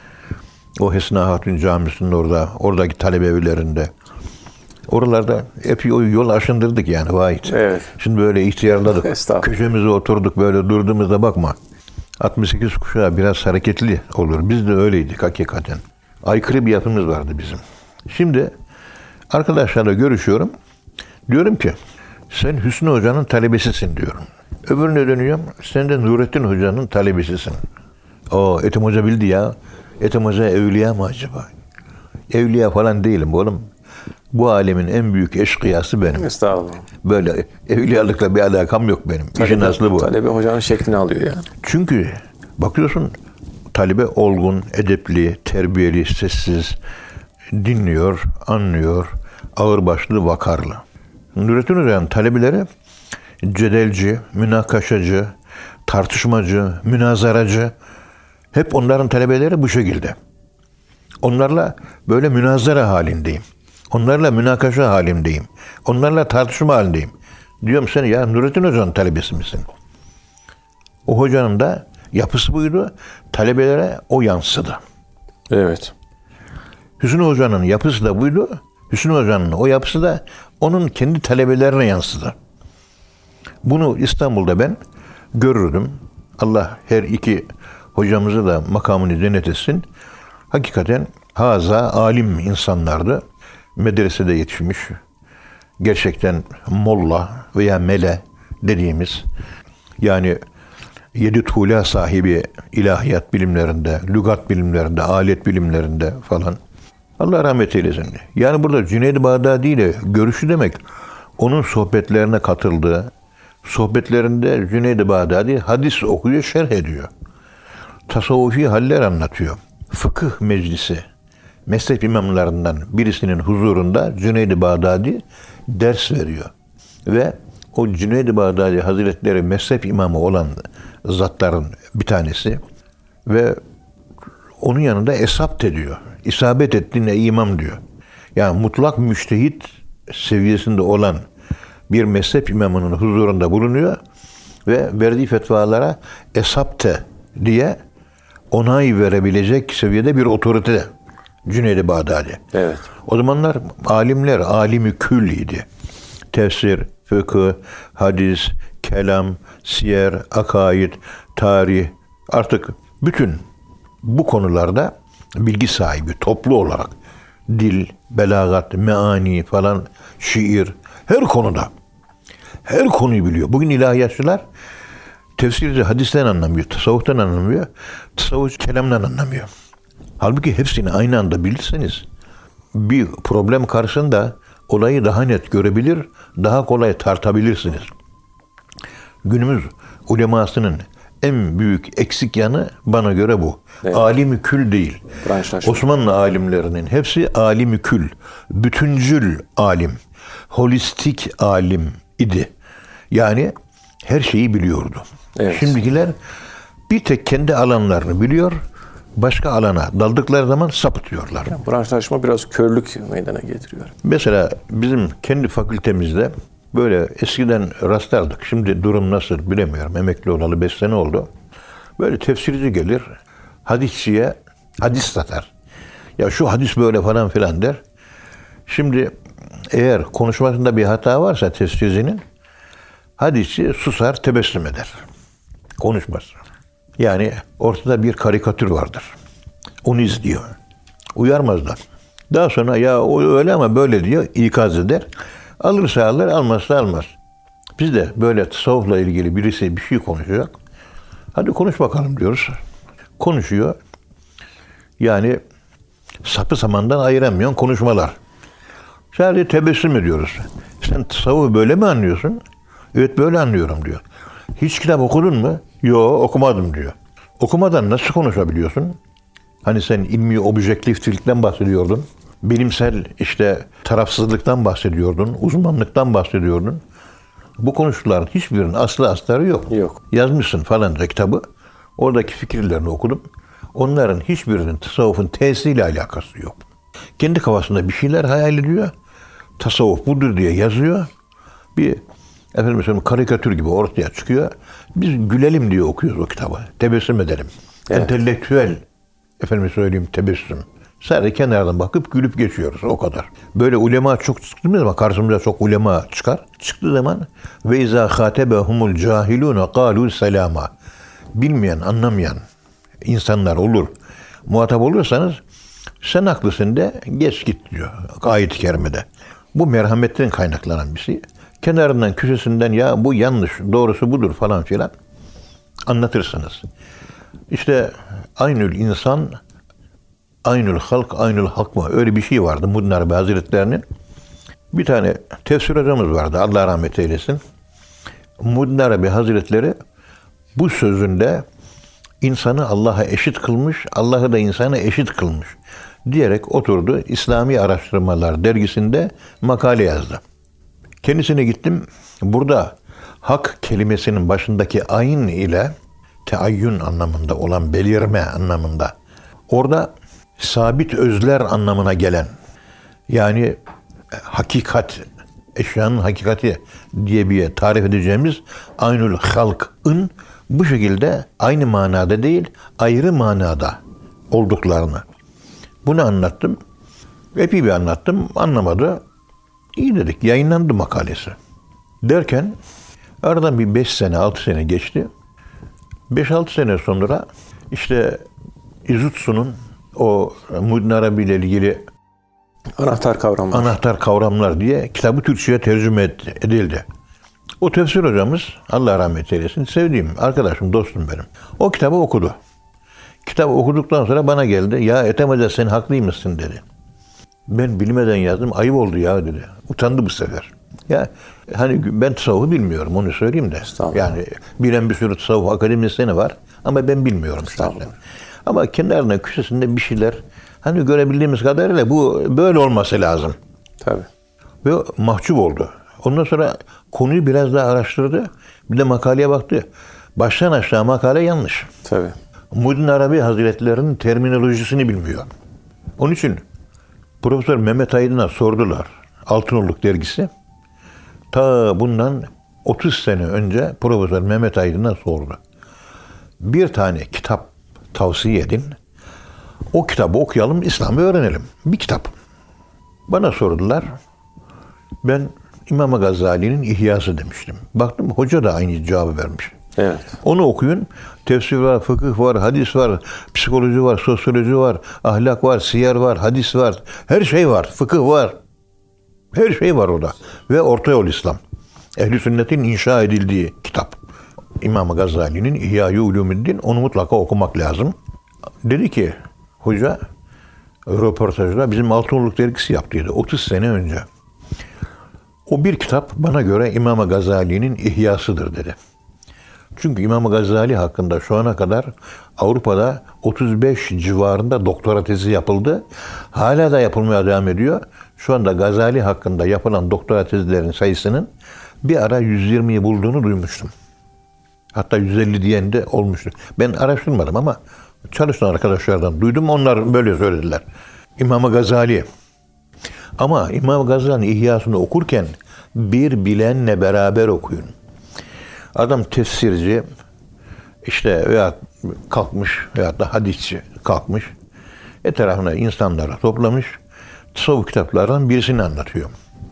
o Hesna Hatun Camisi'nin orada, oradaki talebe evlerinde. Oralarda hep o yol aşındırdık yani Vahit. Evet. Şimdi böyle ihtiyarladık. Köşemize oturduk böyle durduğumuzda bakma. altmış sekiz kuşağı biraz hareketli olur. Biz de öyleydik hakikaten. Aykırı bir yapımız vardı bizim. Şimdi arkadaşlarla görüşüyorum. Diyorum ki sen Hüsnü Hoca'nın talebesisin diyorum. Öbürüne dönüyorum. Sen de Nurettin Hoca'nın talebesisin. O Ethem Hoca bildi ya. Ethem Hoca evliya mı acaba? Evliya falan değilim oğlum. Bu alemin en büyük eşkıyası benim. Estağfurullah. Böyle evliyalıkla bir alakam yok benim. Talebe, İşin aslı bu. Talebe hocanın şeklini alıyor yani. Çünkü bakıyorsun talebe olgun, edepli, terbiyeli, sessiz, dinliyor, anlıyor, ağırbaşlı, vakarlı. Nurettin Hoca'nın talebeleri cedelci, münakaşacı, tartışmacı, münazaracı. Hep onların talebeleri bu şekilde. Onlarla böyle münazara halindeyim. Onlarla münakaşa halindeyim. Onlarla tartışma halindeyim. Diyorum sen ya Nurettin Hoca'nın talebesi misin? O hocanın da yapısı buydu. Talebelere o yansıdı. Evet. Hüsnü Hoca'nın yapısı da buydu. Hüsnü Hoca'nın o yapısı da onun kendi talebelerine yansıdı. Bunu İstanbul'da ben görürdüm. Allah her iki hocamızı da makamını cennet etsin. Hakikaten haza alim insanlardı. Medresede yetişmiş. Gerçekten molla veya mele dediğimiz yani yedi tuğla sahibi ilahiyat bilimlerinde, lügat bilimlerinde, alet bilimlerinde falan. Allah rahmet eylesin. Yani burada Cüneyd-i Bağdadi ile görüşü demek onun sohbetlerine katıldığı, sohbetlerinde Cüneyd-i Bağdadi hadis okuyor, şerh ediyor. Tasavvufi haller anlatıyor. Fıkıh meclisi, mezhep imamlarından birisinin huzurunda Cüneyd-i Bağdadi ders veriyor. Ve o Cüneyd-i Bağdadi Hazretleri mezhep imamı olan zatların bir tanesi ve onun yanında esabt ediyor. İsabet ettiğine imam diyor. Yani mutlak müştehit seviyesinde olan bir mezhep imamının huzurunda bulunuyor ve verdiği fetvalara esapte diye onay verebilecek seviyede bir otorite Cüneyd-i Bağdadi. Evet. O zamanlar alimler alimi kül idi. Tefsir, fıkıh, hadis, kelam, siyer, akaid, tarih artık bütün bu konularda bilgi sahibi toplu olarak dil, belagat, meani falan, şiir her konuda her konuyu biliyor. Bugün ilahiyatçılar tefsirci hadisten anlamıyor, tasavvuftan anlamıyor, tasavvuf kelamdan anlamıyor. Halbuki hepsini aynı anda bilirseniz bir problem karşısında olayı daha net görebilir, daha kolay tartabilirsiniz. Günümüz ulemasının en büyük eksik yanı bana göre bu. Evet. Alimi kül değil. Branşlaşma. Osmanlı alimlerinin hepsi alimi kül, bütüncül alim, holistik alim idi. Yani her şeyi biliyordu. Evet. Şimdikiler bir tek kendi alanlarını biliyor, başka alana daldıkları zaman sapıtıyorlar. Yani branşlaşma biraz körlük meydana getiriyor. Mesela bizim kendi fakültemizde böyle eskiden rastlardık. Şimdi durum nasıl bilemiyorum. Emekli olalı beş sene oldu. Böyle tefsirci gelir, hadisçiye hadis satar. Ya şu hadis böyle falan filan der. Şimdi eğer konuşmasında bir hata varsa tefsircinin, hadisçi susar, tebessüm eder. Konuşmaz. Yani ortada bir karikatür vardır. Onu izliyor. Uyarmazlar. Daha sonra ya o öyle ama böyle diyor, ikaz eder. Alırsa alır, almazsa almaz. Biz de böyle tasavvufla ilgili birisi bir şey konuşacak. Hadi konuş bakalım diyoruz. Konuşuyor. Yani sapı samandan ayıramıyorsun konuşmalar. Sadece tebessüm ediyoruz. Sen tasavvufu böyle mi anlıyorsun? Evet böyle anlıyorum diyor. Hiç kitap okudun mu? Yok okumadım diyor. Okumadan nasıl konuşabiliyorsun? Hani sen ilmi objektiflikten bahsediyordun. Bilimsel işte tarafsızlıktan bahsediyordun. Uzmanlıktan bahsediyordun. Bu konuşmaların hiçbirinin aslı astarı yok. Yok. Yazmışsın falanca kitabı. Oradaki fikirlerini okudum. Onların hiçbirinin tasavvufun tesiriyle alakası yok. Kendi kafasında bir şeyler hayal ediyor. tasavvuf budur diye yazıyor. Bir efendim mesela karikatür gibi ortaya çıkıyor. Biz gülelim diye okuyoruz o kitabı. Tebessüm edelim. Evet. Entelektüel efendim söyleyeyim tebessüm. Sadece kenardan bakıp gülüp geçiyoruz. O kadar. Böyle ulema çok çıktığı zaman karşımıza çok ulema çıkar. Çıktığı zaman ve izâ khâtebehumul cahilûne kâlû selâmâ. Bilmeyen, anlamayan insanlar olur. Muhatap olursanız sen haklısın de geç git diyor ayet-i kerimede. Bu merhametten kaynaklanan bir şey. Kenarından, köşesinden ya bu yanlış, doğrusu budur falan filan anlatırsınız. İşte aynül insan, aynül halk, aynül hak mı? Öyle bir şey vardı Muhyiddin Arabi Hazretleri'nin. Bir tane tefsir hocamız vardı. Allah rahmet eylesin. Muhyiddin Arabi Hazretleri bu sözünde insanı Allah'a eşit kılmış, Allah'ı da insana eşit kılmış diyerek oturdu. İslami Araştırmalar dergisinde makale yazdı. Kendisine gittim. Burada hak kelimesinin başındaki ayn ile teayyün anlamında olan belirme anlamında. Orada sabit özler anlamına gelen yani hakikat, eşyanın hakikati diye bir tarif edeceğimiz aynül halk'ın bu şekilde aynı manada değil, ayrı manada olduklarını. Bunu anlattım. Epey bir anlattım. Anlamadı. İyi dedik. Yayınlandı makalesi. Derken aradan bir beş sene, altı sene geçti. Beş altı sene sonra işte İzutsu'nun o Muhyiddin Arabi ile ilgili Anahtar kavramlar. Anahtar kavramlar diye kitabı Türkçe'ye tercüme edildi. O tefsir hocamız, Allah rahmet eylesin, sevdiğim arkadaşım, dostum benim. O kitabı okudu. Kitabı okuduktan sonra bana geldi. Ya Ethem Hoca sen haklıymışsın dedi. Ben bilmeden yazdım. Ayıp oldu ya dedi. Utandı bu sefer. Ya hani ben tasavvufu bilmiyorum onu söyleyeyim de. Yani bilen bir sürü tasavvuf akademisyeni var ama ben bilmiyorum zaten. Ama kenarına köşesinde bir şeyler hani görebildiğimiz kadarıyla bu böyle olması lazım. Tabii. Ve mahcup oldu. Ondan sonra konuyu biraz daha araştırdı. Bir de makaleye baktı. Baştan aşağı makale yanlış. Tabii. Muhyiddin Arabi Hazretleri'nin terminolojisini bilmiyor. Onun için Profesör Mehmet Aydın'a sordular. Altınoğluk dergisi. Ta bundan otuz sene önce Profesör Mehmet Aydın'a sordu. Bir tane kitap tavsiye edin. O kitabı okuyalım, İslam'ı öğrenelim. Bir kitap. Bana sordular. Ben İmam Gazali'nin İhyası demiştim. Baktım hoca da aynı cevabı vermiş. Evet. Onu okuyun. Tefsir var, fıkıh var, hadis var, psikoloji var, sosyoloji var, ahlak var, siyer var, hadis var. Her şey var. Fıkıh var. Her şey var orada. Ve Orta Yol İslam. Ehl-i Sünnet'in inşa edildiği kitap. İmam Gazali'nin İhya-i Ulumuddin. Onu mutlaka okumak lazım. Dedi ki hoca röportajda bizim Altınoğluk dergisi yaptıydı. otuz sene önce. O bir kitap bana göre İmam Gazali'nin İhyasıdır dedi. Çünkü İmam Gazali hakkında şu ana kadar Avrupa'da otuz beş civarında doktora tezi yapıldı. Hala da yapılmaya devam ediyor. Şu anda Gazali hakkında yapılan doktora tezlerin sayısının bir ara yüz yirmiyi bulduğunu duymuştum. Hatta yüz elli diyen de olmuştu. Ben araştırmadım ama çalışan arkadaşlardan duydum. Onlar böyle söylediler. İmam Gazali. Ama İmam Gazali'nin İhyasını okurken bir bilenle beraber okuyun. Adam tefsirci, işte veya kalkmış veya da hadisçi kalkmış. Etrafına insanları toplamış. Tasavvuf kitaplardan birisini anlatıyor.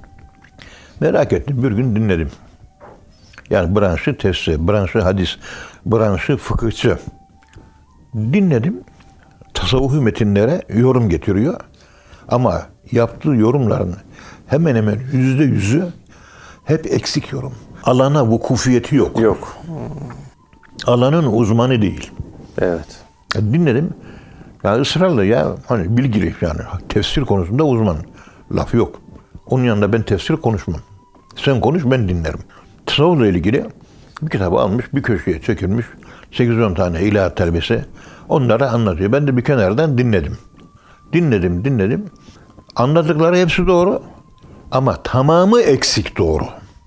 Merak ettim. Bir gün dinledim. Yani branşı tefsir, branşı hadis, branşı fıkıhçı. Dinledim. Tasavvufi metinlere yorum getiriyor. Ama yaptığı yorumların hemen hemen yüzde yüzü hep eksik yorum. Alana vukufiyeti yok. Yok. Alanın uzmanı değil. Evet. Dinledim. Ya ısrarla ya hani bilgili yani tefsir konusunda uzman. Laf yok. Onun yanında ben tefsir konuşmam. Sen konuş ben dinlerim. Tasavvufla ilgili bir kitabı almış bir köşeye çekilmiş. sekiz on tane ilahi terbiyesi. Onlara anlatıyor. Ben de bir kenardan dinledim. Dinledim dinledim. Anladıkları hepsi doğru. Ama tamamı eksik doğru.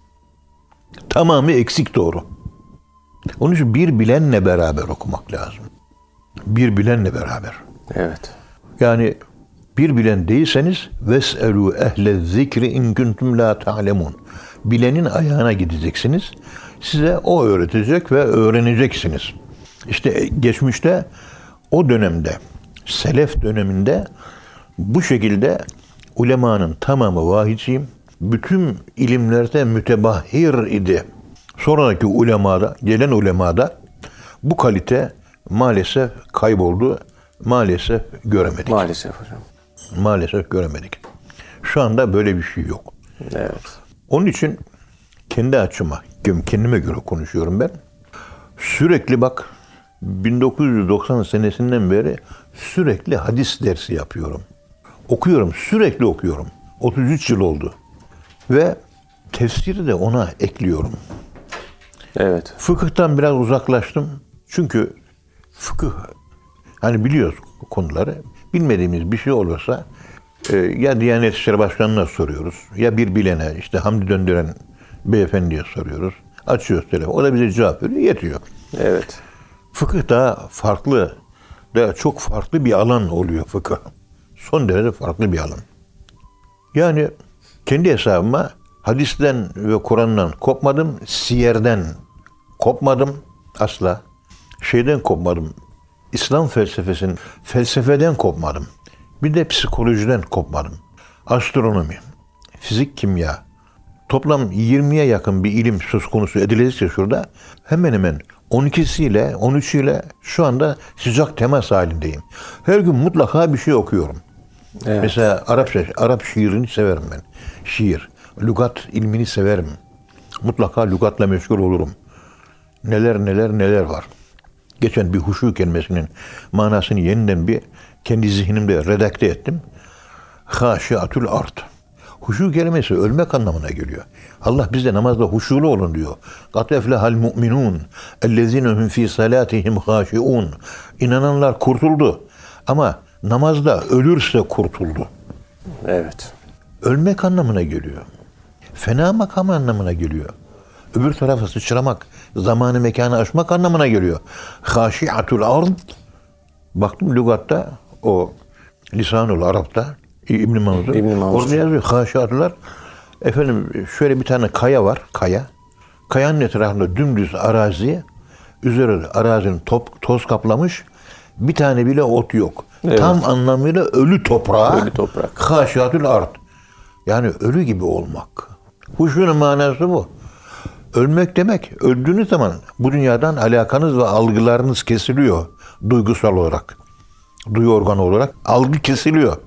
Tamamı eksik doğru. Onun için bir bilenle beraber okumak lazım. Bir bilenle beraber. Evet. Yani Bir bilen değilseniz ves'elû ehle zikri in kuntum la ta'lemun. Bilenin ayağına gideceksiniz. Size o öğretecek ve öğreneceksiniz. İşte geçmişte o dönemde, selef döneminde bu şekilde ulemanın tamamı vahiciyim. Bütün ilimlerde mütebahhir idi. Sonraki ulemada, gelen ulemada bu kalite maalesef kayboldu. Maalesef göremedik. Maalesef hocam. Maalesef göremedik. Şu anda böyle bir şey yok. Evet. Onun için kendi açıma, kendime göre konuşuyorum ben. Sürekli bak bin dokuz yüz doksan senesinden beri sürekli hadis dersi yapıyorum. Okuyorum, sürekli okuyorum. otuz üç yıl oldu. Ve tefsiri de ona ekliyorum. Evet. Fıkıhtan biraz uzaklaştım. Çünkü fıkıh, hani biliyoruz konuları. Bilmediğimiz bir şey olursa e, ya Diyanet İşleri Başkanı'na soruyoruz. Ya bir bilene, işte Hamdi Döndüren beyefendiye soruyoruz. Açıyoruz telefon. O da bize cevap veriyor. Yetiyor. Evet. Fıkıh daha farklı, daha çok farklı bir alan oluyor fıkıh. Son derece farklı bir alan. Yani kendi hesabıma hadisten ve Kur'an'dan kopmadım. Siyerden kopmadım. Asla. Şeyden kopmadım. İslam felsefesinin, felsefeden kopmadım. Bir de psikolojiden kopmadım. Astronomi, fizik, kimya. Toplam yirmiye yakın bir ilim söz konusu edilecekse şurada hemen hemen on ikisiyle, on üçüyle şu anda sıcak temas halindeyim. Her gün mutlaka bir şey okuyorum. Evet. Mesela Arapça, Arap şiirini severim ben. Şiir, lügat ilmini severim. Mutlaka lügatla meşgul olurum. Neler neler neler var. Geçen bir huşu kelimesinin manasını yeniden bir kendi zihnimde redakte ettim. Haşiatul ard. Huşu kelimesi ölmek anlamına geliyor. Allah bize namazda huşulu olun diyor. Kat eflehal mu'minun ellezinehum fi salatihim haşiun. İnananlar kurtuldu. Ama namazda ölürse kurtuldu. Evet. Ölmek anlamına geliyor. Fena makam anlamına geliyor. Öbür tarafa sıçramak, zamanı mekanı aşmak anlamına geliyor. Haşiatul ard. Baktım lügatta, o Lisanul Arap'ta, İbn-i Manzur. İbn-i Manzur. Orada yazıyor haşiatlar. Efendim şöyle bir tane kaya var, kaya. Kayanın etrafında dümdüz arazi, üzeri arazinin top, toz kaplamış. Bir tane bile ot yok. Evet. Tam anlamıyla ölü toprağa. Ölü toprak. Haşiatul ard. Yani ölü gibi olmak. Huşunun manası bu. Ölmek demek, öldüğünüz zaman bu dünyadan alakanız ve algılarınız kesiliyor duygusal olarak. Duyu organı olarak algı kesiliyor.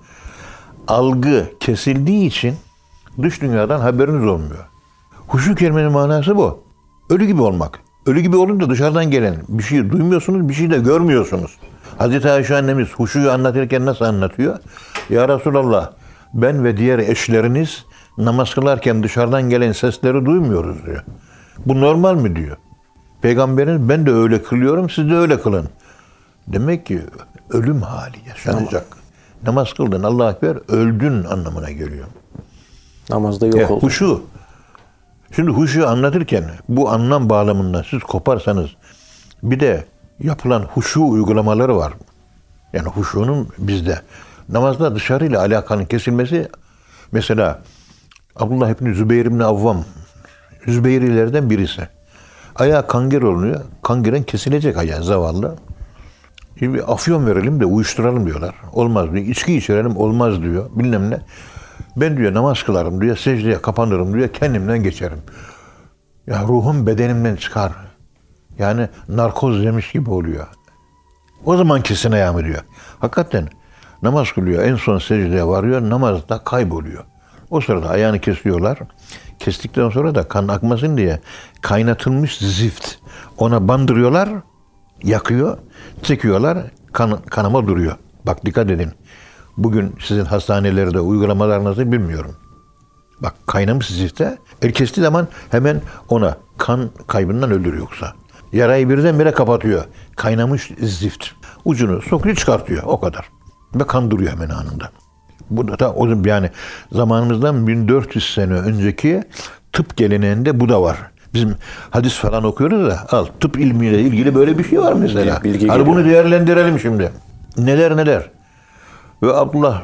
Algı kesildiği için dış dünyadan haberiniz olmuyor. Huşu kelimenin manası bu. Ölü gibi olmak. Ölü gibi olunca dışarıdan gelen bir şey duymuyorsunuz, bir şey de görmüyorsunuz. Hazreti Ayşe annemiz huşuyu anlatırken nasıl anlatıyor? Ya Resulallah, ben ve diğer eşleriniz namaz kılarken dışarıdan gelen sesleri duymuyoruz diyor. Bu normal mi diyor. Peygamberin ben de öyle kılıyorum, siz de öyle kılın. Demek ki ölüm hali yaşanacak. Tamam. Namaz kıldın, Allahu Ekber, öldün anlamına geliyor. Namazda yok ya, oldu. Huşu. Şimdi huşu anlatırken bu anlam bağlamında siz koparsanız bir de yapılan huşu uygulamaları var. Yani huşunun bizde. Namazda dışarıyla alakanın kesilmesi, mesela Abdullah İbni Zübeyir İbni Avvam, Zübeyrilerden birisi. Ayağı kangren oluyor. Kangren kesilecek ayağı zavallı. Şimdi afyon verelim de uyuşturalım diyorlar. Olmaz diyor. İçki içirelim olmaz diyor. Bilmem ne. Ben diyor namaz kılarım diyor. Secdeye kapanırım diyor. Kendimden geçerim. Ya ruhum bedenimden çıkar. Yani narkoz yemiş gibi oluyor. O zaman kesin ayağımı diyor. Hakikaten namaz kılıyor. En son secdeye varıyor. Namazda kayboluyor. O sırada ayağını kesiyorlar. Kestikten sonra da kan akmasın diye kaynatılmış zift ona bandırıyorlar. Yakıyor. Çekiyorlar. Kan, kanama duruyor. Bak dikkat edin. Bugün sizin hastanelerde uygulamalar nasıl bilmiyorum. Bak kaynamış zifte el kestiği zaman hemen ona kan kaybından öldür yoksa. Yarayı birdenbire kapatıyor. Kaynamış zift. Ucunu sokuyor çıkartıyor. O kadar. Ve kan duruyor hemen anında. Bu da o yani zamanımızdan bin dört yüz sene önceki tıp geleneğinde bu da var. Bizim hadis falan okuyoruz da al tıp ilmiyle ilgili böyle bir şey var mesela. Hadi bunu değerlendirelim şimdi. Neler neler. Ve Abdullah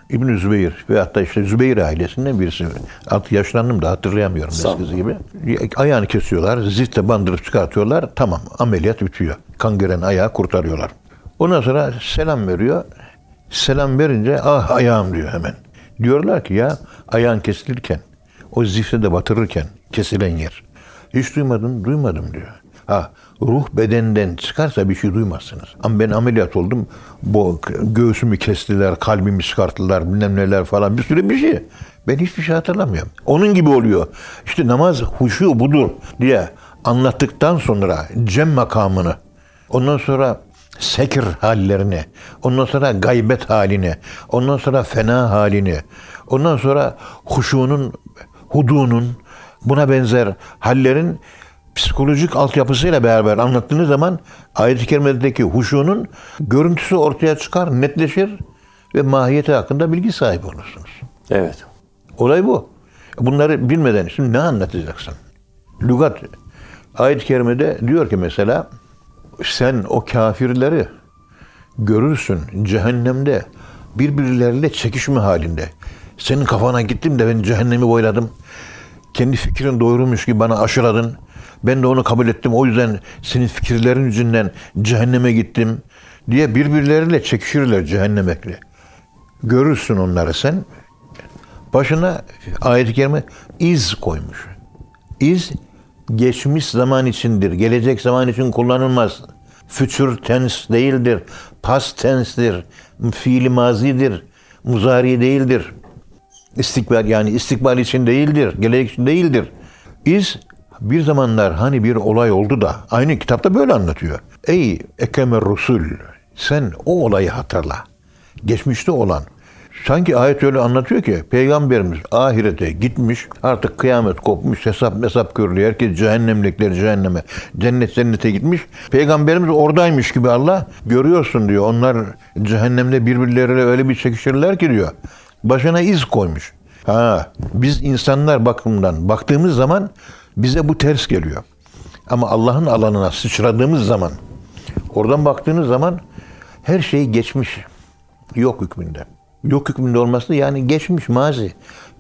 İbn-i Zübeyir ve hatta işte Zübeyir ailesinden birisi. Artık yaşlandım da hatırlayamıyorum eskisi gibi. Ayağını kesiyorlar, zifte bandırıp çıkartıyorlar. Tamam, ameliyat bitiyor. Kan gören ayağı kurtarıyorlar. Ondan sonra selam veriyor. Selam verince ah ayağım diyor hemen. Diyorlar ki ya ayağın kesilirken, o zifte de batırırken kesilen yer. Hiç duymadın, duymadım diyor. Ha, ruh bedenden çıkarsa bir şey duymazsınız. Ama ben ameliyat oldum, bu göğsümü kestiler, kalbimi çıkarttılar, bilmem neler falan, bir sürü bir şey. Ben hiçbir şey hatırlamıyorum. Onun gibi oluyor. İşte namaz huşu budur diye anlattıktan sonra cem makamını, ondan sonra sekir hallerini, ondan sonra gaybet halini, ondan sonra fena halini, ondan sonra huşunun, hudunun, buna benzer hallerin psikolojik altyapısıyla beraber anlattığınız zaman ayet-i kerimedeki huşunun görüntüsü ortaya çıkar, netleşir ve mahiyeti hakkında bilgi sahibi olursunuz. Evet. Olay bu. Bunları bilmeden şimdi ne anlatacaksın? Lügat ayet-i kerimede diyor ki mesela sen o kafirleri görürsün cehennemde birbirleriyle çekişme halinde. Senin kafana gittim de ben cehennemi boyladım. Kendi fikrin doğruymuş gibi bana aşıladın. Ben de onu kabul ettim. O yüzden senin fikirlerin yüzünden cehenneme gittim diye birbirleriyle çekişirler cehennemekle. Görürsün onları sen. Başına ayet-i kerime iz koymuş. İz geçmiş zaman içindir. Gelecek zaman için kullanılmaz. Future tense değildir. Past tense'dir. Fiili mazidir. Muzari değildir. İstikbal yani istikbal için değildir. Gelecek için değildir. İz bir zamanlar hani bir olay oldu da aynı kitapta böyle anlatıyor. Ey Ekemer Rusul sen o olayı hatırla. Geçmişte olan. Sanki ayet öyle anlatıyor ki Peygamberimiz ahirete gitmiş, artık kıyamet kopmuş, hesap hesap görülüyor. Herkes cehennemlikler cehenneme, cennet cennete gitmiş. Peygamberimiz oradaymış gibi Allah görüyorsun diyor. Onlar cehennemde birbirleriyle öyle bir çekişirler ki diyor. Başına iz koymuş. Ha, biz insanlar bakımından baktığımız zaman bize bu ters geliyor. Ama Allah'ın alanına sıçradığımız zaman, oradan baktığınız zaman her şey geçmiş. Yok hükmünde. Yok hükmünde olması yani geçmiş mazi.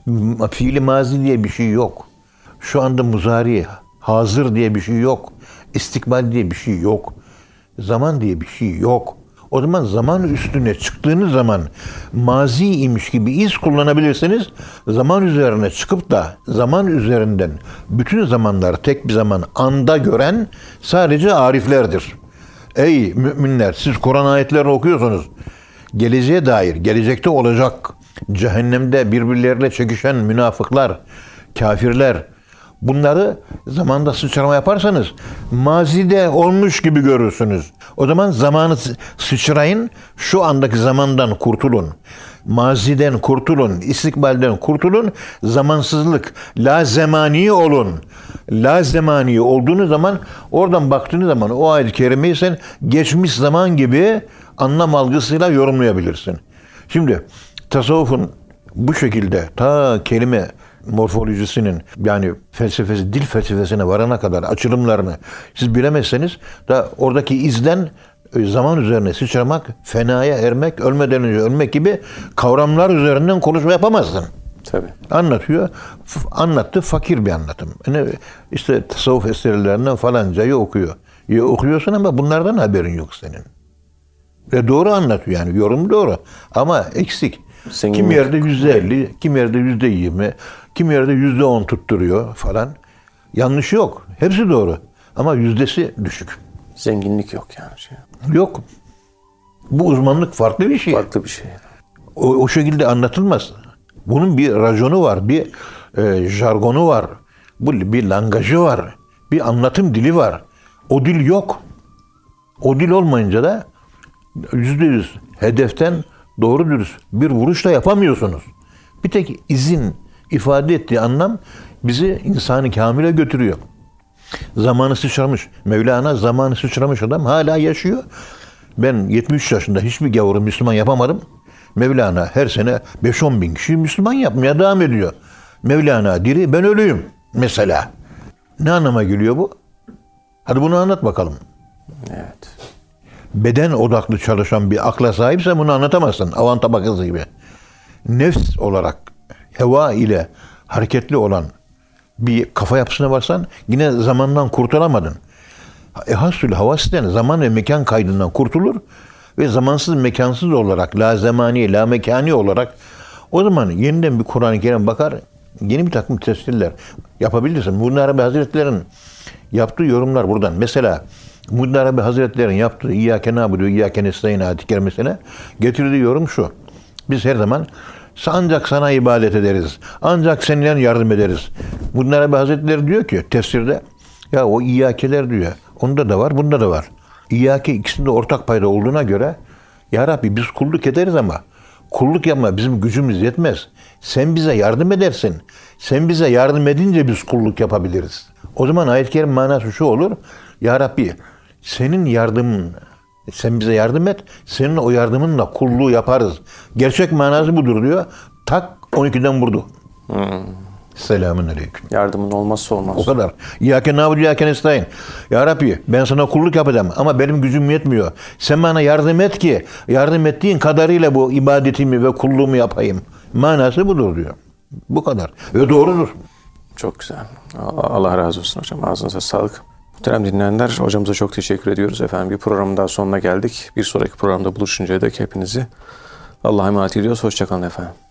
Fiili mazi diye bir şey yok. Şu anda muzari, hazır diye bir şey yok. İstikbal diye bir şey yok. Zaman diye bir şey yok. O zaman zaman üstüne çıktığınız zaman mazi imiş gibi iz kullanabilirsiniz. Zaman üzerine çıkıp da zaman üzerinden bütün zamanlar tek bir zaman anda gören sadece ariflerdir. Ey müminler siz Kur'an ayetlerini okuyorsunuz. Geleceğe dair, gelecekte olacak cehennemde birbirleriyle çekişen münafıklar, kafirler, bunları zamanda sıçrama yaparsanız mazide olmuş gibi görürsünüz. O zaman zamanı sıçrayın, şu andaki zamandan kurtulun. Maziden kurtulun, istikbalden kurtulun, zamansızlık, la zemani olun. La zemani olduğunuz zaman, oradan baktığınız zaman o ayet-i kerimeyi sen geçmiş zaman gibi anlam algısıyla yorumlayabilirsin. Şimdi tasavvufun bu şekilde ta kelime morfolojisinin yani felsefesi, dil felsefesine varana kadar açılımlarını siz bilemezseniz da oradaki izden zaman üzerine sıçramak, fenaya ermek, ölmeden önce ölmek gibi kavramlar üzerinden konuşma yapamazsın. Tabii. Anlatıyor. Anlattı fakir bir anlatım. Yani işte tasavvuf eserlerinden falancayı okuyor. Ya okuyorsun ama bunlardan haberin yok senin. Ve doğru anlatıyor yani. Yorum doğru. Ama eksik. Zengin kim yerde yüzde elli, kim yerde yüzde yirmi, kim yerde yüzde on tutturuyor falan. Yanlış yok. Hepsi doğru. Ama yüzdesi düşük. Zenginlik yok yani. Şey. Yok. Bu uzmanlık farklı bir şey. Farklı bir şey. O, o şekilde anlatılmaz. Bunun bir raconu var, bir e, jargonu var, bu bir langajı var, bir anlatım dili var. O dil yok. O dil olmayınca da yüzde yüz hedeften doğru dürüst bir vuruşla yapamıyorsunuz. Bir tek izin ifade ettiği anlam bizi insanı kamile götürüyor. Zamanı sıçramış. Mevlana zamanı sıçramış adam hala yaşıyor. Ben yetmiş üç yaşında hiçbir gavuru Müslüman yapamadım. Mevlana her sene beş on bin kişi Müslüman yapmaya devam ediyor. Mevlana diri, ben ölüyüm mesela. Ne anlama geliyor bu? Hadi bunu anlat bakalım. Evet. Beden odaklı çalışan bir akla sahipse bunu anlatamazsın. Avan tabakası gibi. nefs olarak heva ile hareketli olan bir kafa yapısına varsan yine zamandan kurtulamadın. E hasül havasiden zaman ve mekan kaydından kurtulur ve zamansız mekansız olarak la zamani la mekani olarak o zaman yeniden bir Kur'an-ı Kerim bakar, yeni bir takım tefsirler yapabilirsin. Muhyiddin Arabi Hazretleri'nin yaptığı yorumlar buradan. Mesela Muhyiddin Arabi Hazretleri'nin yaptığı İyyâke nâbudu ve İyyâke nestaîn ayet-i kerimesine getirdiği yorum şu. Biz her zaman ancak sana ibadet ederiz. Ancak senden yardım ederiz. Muhyiddin Arabi Hazretleri diyor ki tefsirde ya o İyyâkeler diyor. Onda da var, bunda da var. İyyâke ikisinde ortak payda olduğuna göre ya Rabbi biz kulluk ederiz ama kulluk yapma bizim gücümüz yetmez. Sen bize yardım edersin. Sen bize yardım edince biz kulluk yapabiliriz. O zaman ayet-i kerim manası şu olur. Ya Rabbi senin yardımın, sen bize yardım et. Senin o yardımınla kulluğu yaparız. Gerçek manası budur diyor. Tak on ikiden vurdu. Hmm. Selamun aleyküm. Yardımın olmazsa olmaz. O kadar. İyyâke nâbudu, İyyâke nestaîn. Ya Rabbi ben sana kulluk yapacağım ama benim gücüm yetmiyor. Sen bana yardım et ki yardım ettiğin kadarıyla bu ibadetimi ve kulluğumu yapayım. Manası budur diyor. Bu kadar. Ve doğrudur. Çok güzel. Allah razı olsun hocam. Ağzınıza sağlık. Muhterem dinleyenler, hocamıza çok teşekkür ediyoruz efendim. Bir programın daha sonuna geldik. Bir sonraki programda buluşuncaya dek hepinizi Allah'a emanet ediyoruz. Hoşça kalın efendim.